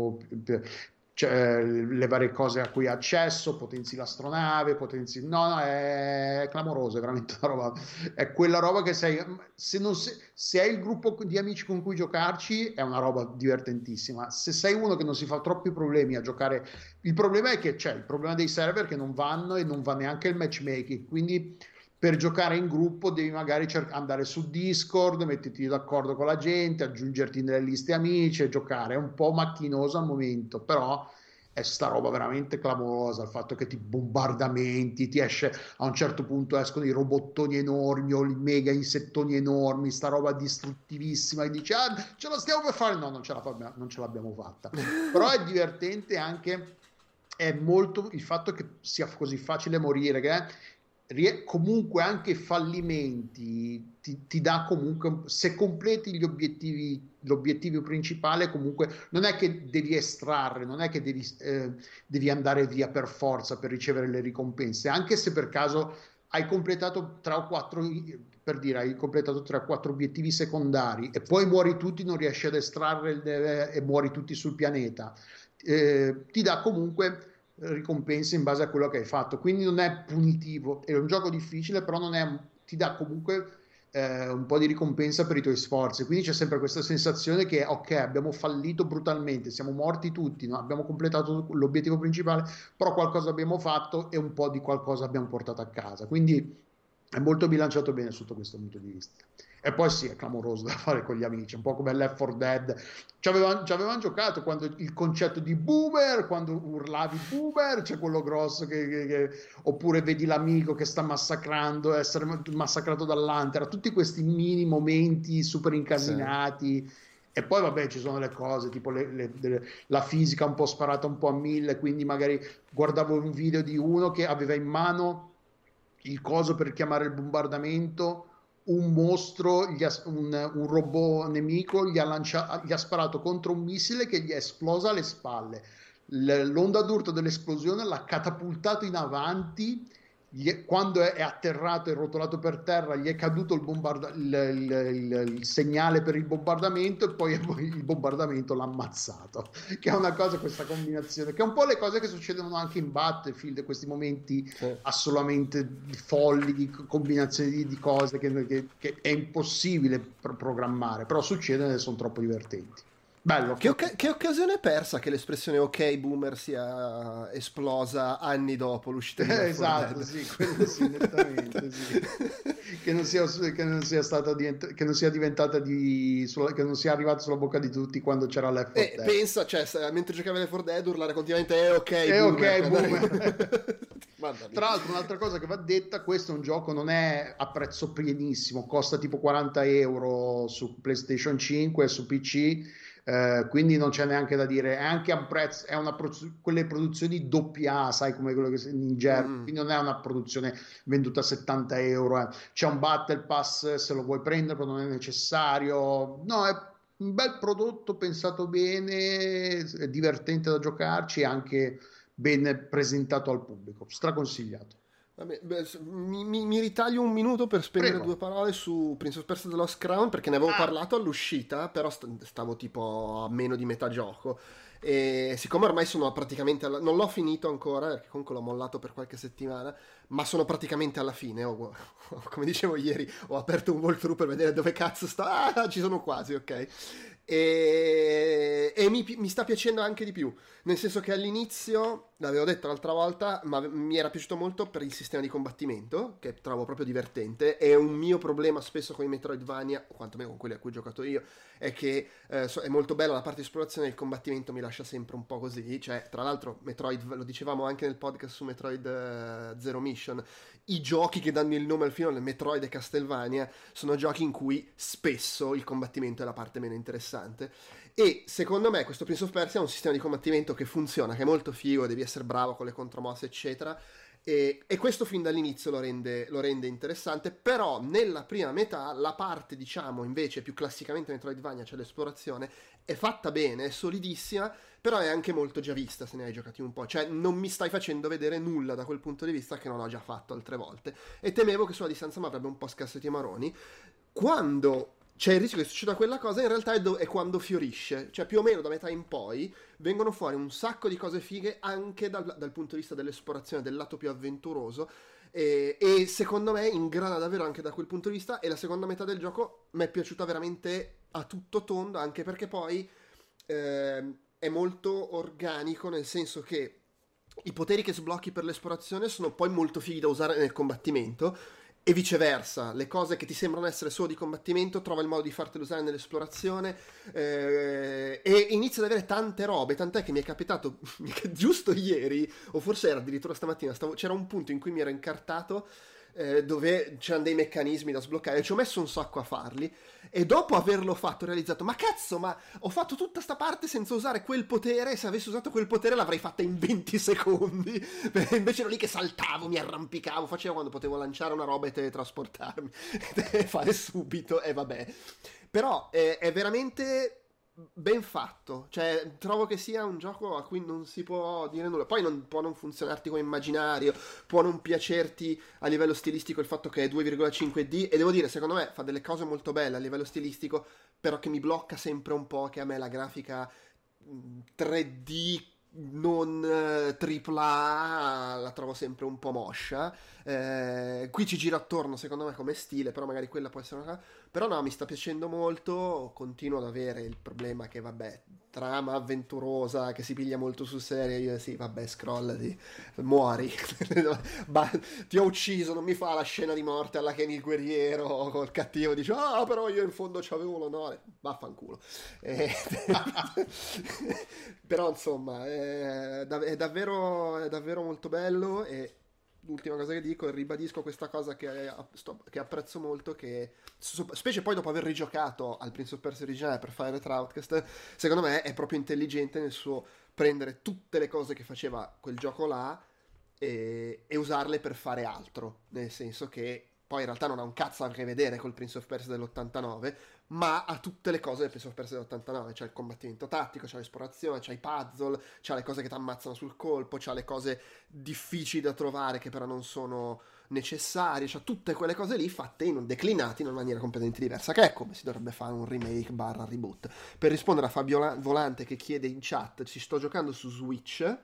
cioè, le varie cose a cui hai accesso, potenzi l'astronave, no, è clamoroso, è veramente una roba, è quella roba che se hai il gruppo di amici con cui giocarci è una roba divertentissima. Se sei uno che non si fa troppi problemi a giocare, il problema è che c'è il problema dei server che non vanno e non va neanche il matchmaking, quindi per giocare in gruppo devi magari andare su Discord, metterti d'accordo con la gente, aggiungerti nelle liste amici e giocare. È un po' macchinoso al momento, però è sta roba veramente clamorosa, il fatto che ti bombardamenti, ti esce a un certo punto, escono i robottoni enormi o i mega insettoni enormi, sta roba distruttivissima e dici ce la stiamo per fare, no, non ce l'abbiamo fatta. Però è divertente anche, è molto il fatto che sia così facile morire, che comunque anche fallimenti ti dà comunque, se completi l'obiettivo principale, comunque non è che devi estrarre, non è che devi andare via per forza per ricevere le ricompense, anche se per caso hai completato 3 o 4 per dire, hai completato 3-4 obiettivi secondari e poi muori tutti, non riesci ad estrarre e muori tutti sul pianeta, ti dà comunque ricompense in base a quello che hai fatto, quindi non è punitivo, è un gioco difficile, però non è, ti dà comunque un po' di ricompensa per i tuoi sforzi, quindi c'è sempre questa sensazione che ok, abbiamo fallito brutalmente, siamo morti tutti, no? Abbiamo completato l'obiettivo principale, però qualcosa abbiamo fatto e un po' di qualcosa abbiamo portato a casa, quindi è molto bilanciato bene sotto questo punto di vista. E poi sì, è clamoroso da fare con gli amici, un po' come Left 4 Dead. Ci avevano giocato quando il concetto di boomer, quando urlavi boomer, c'è quello grosso oppure vedi l'amico che sta massacrando, essere massacrato dall'antera, tutti questi mini momenti super incasinati. Sì. E poi vabbè ci sono le cose tipo la fisica un po' sparata un po' a 1000, quindi magari guardavo un video di uno che aveva in mano il coso per chiamare il bombardamento, un mostro, un robot nemico gli ha sparato contro un missile che gli è esplosa alle spalle. L'onda d'urto dell'esplosione l'ha catapultato in avanti. Quando è atterrato e rotolato per terra, gli è caduto il segnale per il bombardamento e poi il bombardamento l'ha ammazzato. Che è una cosa, questa combinazione, che è un po' le cose che succedono anche in Battlefield, questi momenti assolutamente folli di combinazioni di cose che è impossibile programmare, però succedono e sono troppo divertenti. Bello. Che occasione persa che l'espressione ok boomer sia esplosa anni dopo l'uscita di Left 4 Dead. Esatto, sì, quello sì, nettamente sì. che non sia diventata che non sia arrivata sulla bocca di tutti quando c'era Left 4 Dead. Pensa, cioè, mentre giocavi Left 4 Dead urlare continuamente ok boomer. Tra l'altro un'altra cosa che va detta, questo è un gioco, non è a prezzo pienissimo, costa tipo 40 euro su PlayStation 5 e su PC. Quindi non c'è neanche da dire, è anche a un prezzo, quelle produzioni AA, sai, come quello che in gergo, quindi non è una produzione venduta a 70 euro. C'è un Battle Pass se lo vuoi prendere, però non è necessario. No, è un bel prodotto pensato bene, è divertente da giocarci e anche ben presentato al pubblico, straconsigliato. Vabbè, mi ritaglio un minuto per spendere Prego. 2 parole su Prince of Persia The Lost Crown, perché ne avevo parlato all'uscita, però stavo tipo a meno di metà gioco e siccome ormai sono praticamente non l'ho finito ancora perché comunque l'ho mollato per qualche settimana, ma sono praticamente alla fine. Come dicevo ieri, ho aperto un walkthrough per vedere dove cazzo sta. Ci sono quasi, ok. E mi sta piacendo anche di più, nel senso che all'inizio, l'avevo detto l'altra volta, ma mi era piaciuto molto per il sistema di combattimento, che trovo proprio divertente. È un mio problema spesso con i Metroidvania, o quantomeno con quelli a cui ho giocato io, è che è molto bella la parte di esplorazione, il combattimento mi lascia sempre un po' così. Cioè, tra l'altro Metroid, lo dicevamo anche nel podcast su Metroid Zero Mission, i giochi che danno il nome al filone, Metroid e Castlevania, sono giochi in cui spesso il combattimento è la parte meno interessante. E secondo me questo Prince of Persia ha un sistema di combattimento che funziona, che è molto figo, devi essere bravo con le contromosse eccetera, e questo fin dall'inizio lo rende interessante. Però nella prima metà la parte, diciamo, invece più classicamente Metroidvania, cioè l'esplorazione, è fatta bene, è solidissima, però è anche molto già vista se ne hai giocati un po'. Cioè non mi stai facendo vedere nulla da quel punto di vista che non ho già fatto altre volte, e temevo che sulla distanza mi avrebbe un po' scassato i maroni. Quando c'è il rischio che succeda quella cosa, in realtà è quando fiorisce, cioè più o meno da metà in poi vengono fuori un sacco di cose fighe anche dal punto di vista dell'esplorazione, del lato più avventuroso, e secondo me ingrana davvero anche da quel punto di vista. E la seconda metà del gioco mi è piaciuta veramente a tutto tondo, anche perché poi è molto organico, nel senso che i poteri che sblocchi per l'esplorazione sono poi molto fighi da usare nel combattimento, e viceversa, le cose che ti sembrano essere solo di combattimento trova il modo di fartele usare nell'esplorazione, e inizia ad avere tante robe, tant'è che mi è capitato giusto ieri, o forse era addirittura stamattina, c'era un punto in cui mi ero incartato dove c'erano dei meccanismi da sbloccare, ci ho messo un sacco a farli, e dopo averlo fatto ho realizzato, ma cazzo, ma ho fatto tutta sta parte senza usare quel potere, e se avessi usato quel potere l'avrei fatta in 20 secondi, invece ero lì che saltavo, mi arrampicavo, facevo quando potevo lanciare una roba e teletrasportarmi, fare subito, e vabbè. Però è veramente ben fatto, cioè trovo che sia un gioco a cui non si può dire nulla. Poi non può non funzionarti come immaginario, può non piacerti a livello stilistico il fatto che è 2,5D, e devo dire, secondo me fa delle cose molto belle a livello stilistico, però che mi blocca sempre un po', che a me la grafica 3D non AAA la trovo sempre un po' moscia. Qui ci gira attorno secondo me come stile, però magari quella può essere una... Però no, mi sta piacendo molto, continuo ad avere il problema che vabbè, trama avventurosa che si piglia molto sul serio, io sì vabbè scrollati, muori, ti ho ucciso, non mi fa la scena di morte alla Kenny il guerriero col cattivo, dice però io in fondo c'avevo l'onore, vaffanculo. Però insomma è davvero molto bello. E l'ultima cosa che dico, e ribadisco questa cosa che apprezzo molto, che specie poi dopo aver rigiocato al Prince of Persia originale per fare Retroutcast, secondo me è proprio intelligente nel suo prendere tutte le cose che faceva quel gioco là e usarle per fare altro, nel senso che poi in realtà non ha un cazzo a che vedere col Prince of Persia dell'89, ma ha tutte le cose del Prince of Persia dell'89, c'è il combattimento tattico, c'è l'esplorazione, c'è i puzzle, c'è le cose che ti ammazzano sul colpo, c'è le cose difficili da trovare che però non sono necessarie, c'è tutte quelle cose lì fatte declinate in una maniera completamente diversa, che è come si dovrebbe fare un remake barra reboot. Per rispondere a Fabio Volante che chiede in chat, ci sto giocando su Switch,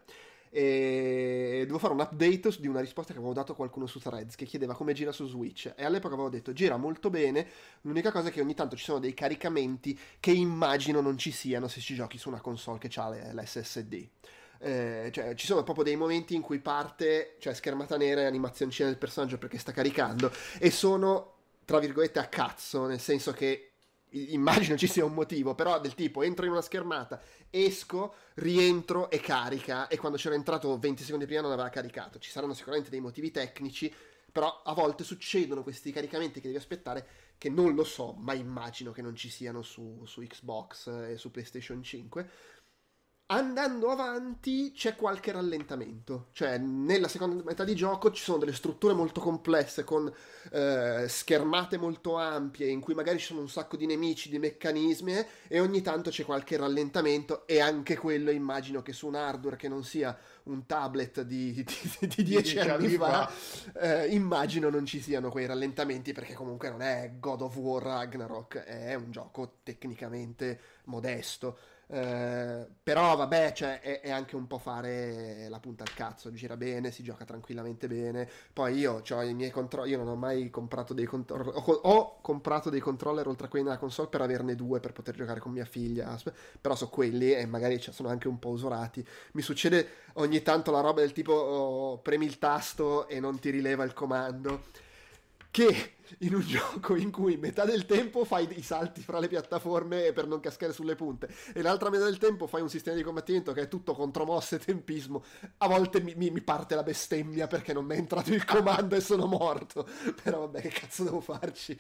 e devo fare un update di una risposta che avevo dato a qualcuno su Threads che chiedeva come gira su Switch, e all'epoca avevo detto gira molto bene, l'unica cosa è che ogni tanto ci sono dei caricamenti che immagino non ci siano se ci giochi su una console che ha l'SSD. Cioè ci sono proprio dei momenti in cui parte, cioè schermata nera e animazioncina del personaggio perché sta caricando, e sono tra virgolette a cazzo, nel senso che immagino ci sia un motivo, però del tipo entro in una schermata, esco, rientro e carica, e quando c'ero entrato 20 secondi prima non aveva caricato. Ci saranno sicuramente dei motivi tecnici, però a volte succedono questi caricamenti che devi aspettare, che non lo so, ma immagino che non ci siano su Xbox e su PlayStation 5. Andando avanti c'è qualche rallentamento, cioè nella seconda metà di gioco ci sono delle strutture molto complesse con schermate molto ampie in cui magari ci sono un sacco di nemici, di meccanismi, e ogni tanto c'è qualche rallentamento, e anche quello immagino che su un hardware che non sia un tablet di 10 anni fa, immagino non ci siano quei rallentamenti, perché comunque non è God of War Ragnarok, è un gioco tecnicamente modesto. Però vabbè, cioè, è anche un po' fare la punta al cazzo, gira bene, si gioca tranquillamente bene. Poi io ho i miei controller, io non ho mai comprato dei controller, ho comprato dei controller oltre a quelli nella console per averne due per poter giocare con mia figlia, però so quelli e magari sono anche un po' usurati. Mi succede ogni tanto la roba del tipo premi il tasto e non ti rileva il comando, che in un gioco in cui metà del tempo fai dei salti fra le piattaforme per non cascare sulle punte e l'altra metà del tempo fai un sistema di combattimento che è tutto contromosse e tempismo, a volte mi parte la bestemmia perché non mi è entrato il comando e sono morto. Però vabbè, che cazzo devo farci?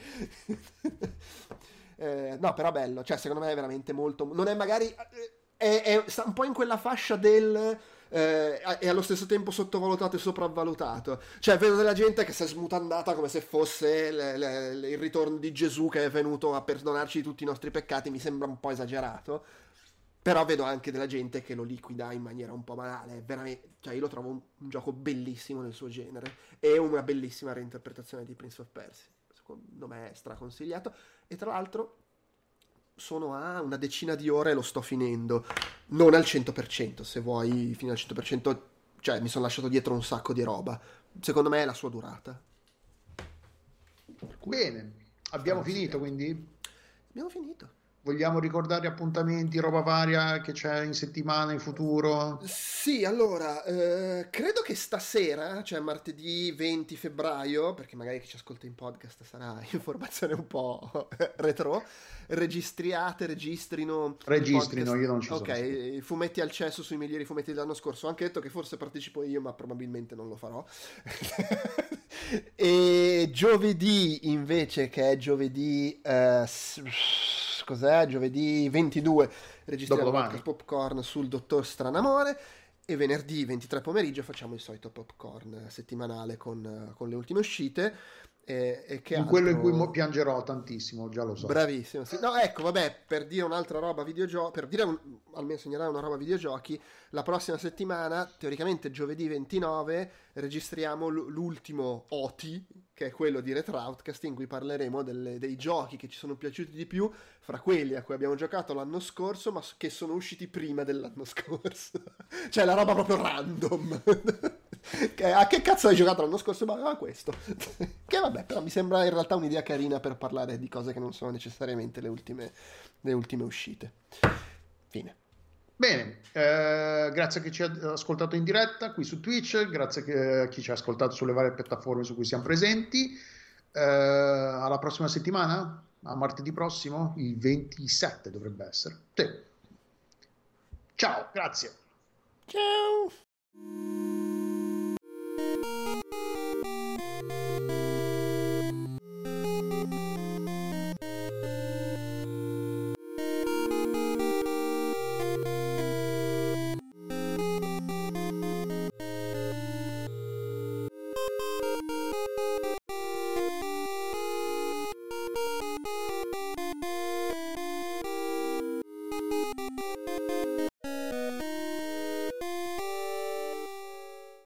No, però bello, cioè secondo me è veramente molto, non è magari sta un po' in quella fascia del è allo stesso tempo sottovalutato e sopravvalutato. Cioè vedo della gente che si è smutandata come se fosse il ritorno di Gesù che è venuto a perdonarci tutti i nostri peccati. Mi sembra un po' esagerato, però vedo anche della gente che lo liquida in maniera un po' banale. Veramente, cioè io lo trovo un gioco bellissimo nel suo genere e una bellissima reinterpretazione di Prince of Persia, secondo me è straconsigliato. E tra l'altro sono a una decina di ore e lo sto finendo, non al 100%, se vuoi fino al 100%, cioè mi sono lasciato dietro un sacco di roba. Secondo me è la sua durata. Bene, abbiamo finito, quindi abbiamo finito. Vogliamo ricordare appuntamenti, roba varia che c'è in settimana, in futuro? Sì, allora, credo che stasera, cioè martedì 20 febbraio, perché magari chi ci ascolta in podcast sarà informazione un po' retro, registrino io non ci sono. Ok, i fumetti al cesso sui migliori fumetti dell'anno scorso. Ho anche detto che forse partecipo io, ma probabilmente non lo farò. E giovedì invece, che è giovedì cos'è? Giovedì 22 registriamo il podcast Popcorn sul Dottor Stranamore, e venerdì 23 pomeriggio facciamo il solito Popcorn settimanale con le ultime uscite. E che In quello in cui altro? piangerò tantissimo, già lo so. Bravissimo, sì. No, ecco, vabbè, per dire un'altra roba videogiochi, per dire almeno segnalare una roba videogiochi, la prossima settimana, teoricamente giovedì 29, registriamo l'ultimo OTI, che è quello di Retroutcast, in cui parleremo dei giochi che ci sono piaciuti di più, fra quelli a cui abbiamo giocato l'anno scorso, ma che sono usciti prima dell'anno scorso. Cioè, la roba proprio random. A che cazzo hai giocato l'anno scorso? Ma questo. Che vabbè, però mi sembra in realtà un'idea carina per parlare di cose che non sono necessariamente le ultime uscite. Fine. Bene, grazie a chi ci ha ascoltato in diretta qui su Twitch, grazie a chi ci ha ascoltato sulle varie piattaforme su cui siamo presenti. Alla prossima settimana, a martedì prossimo, il 27 dovrebbe essere. Sì. Ciao, grazie. Ciao!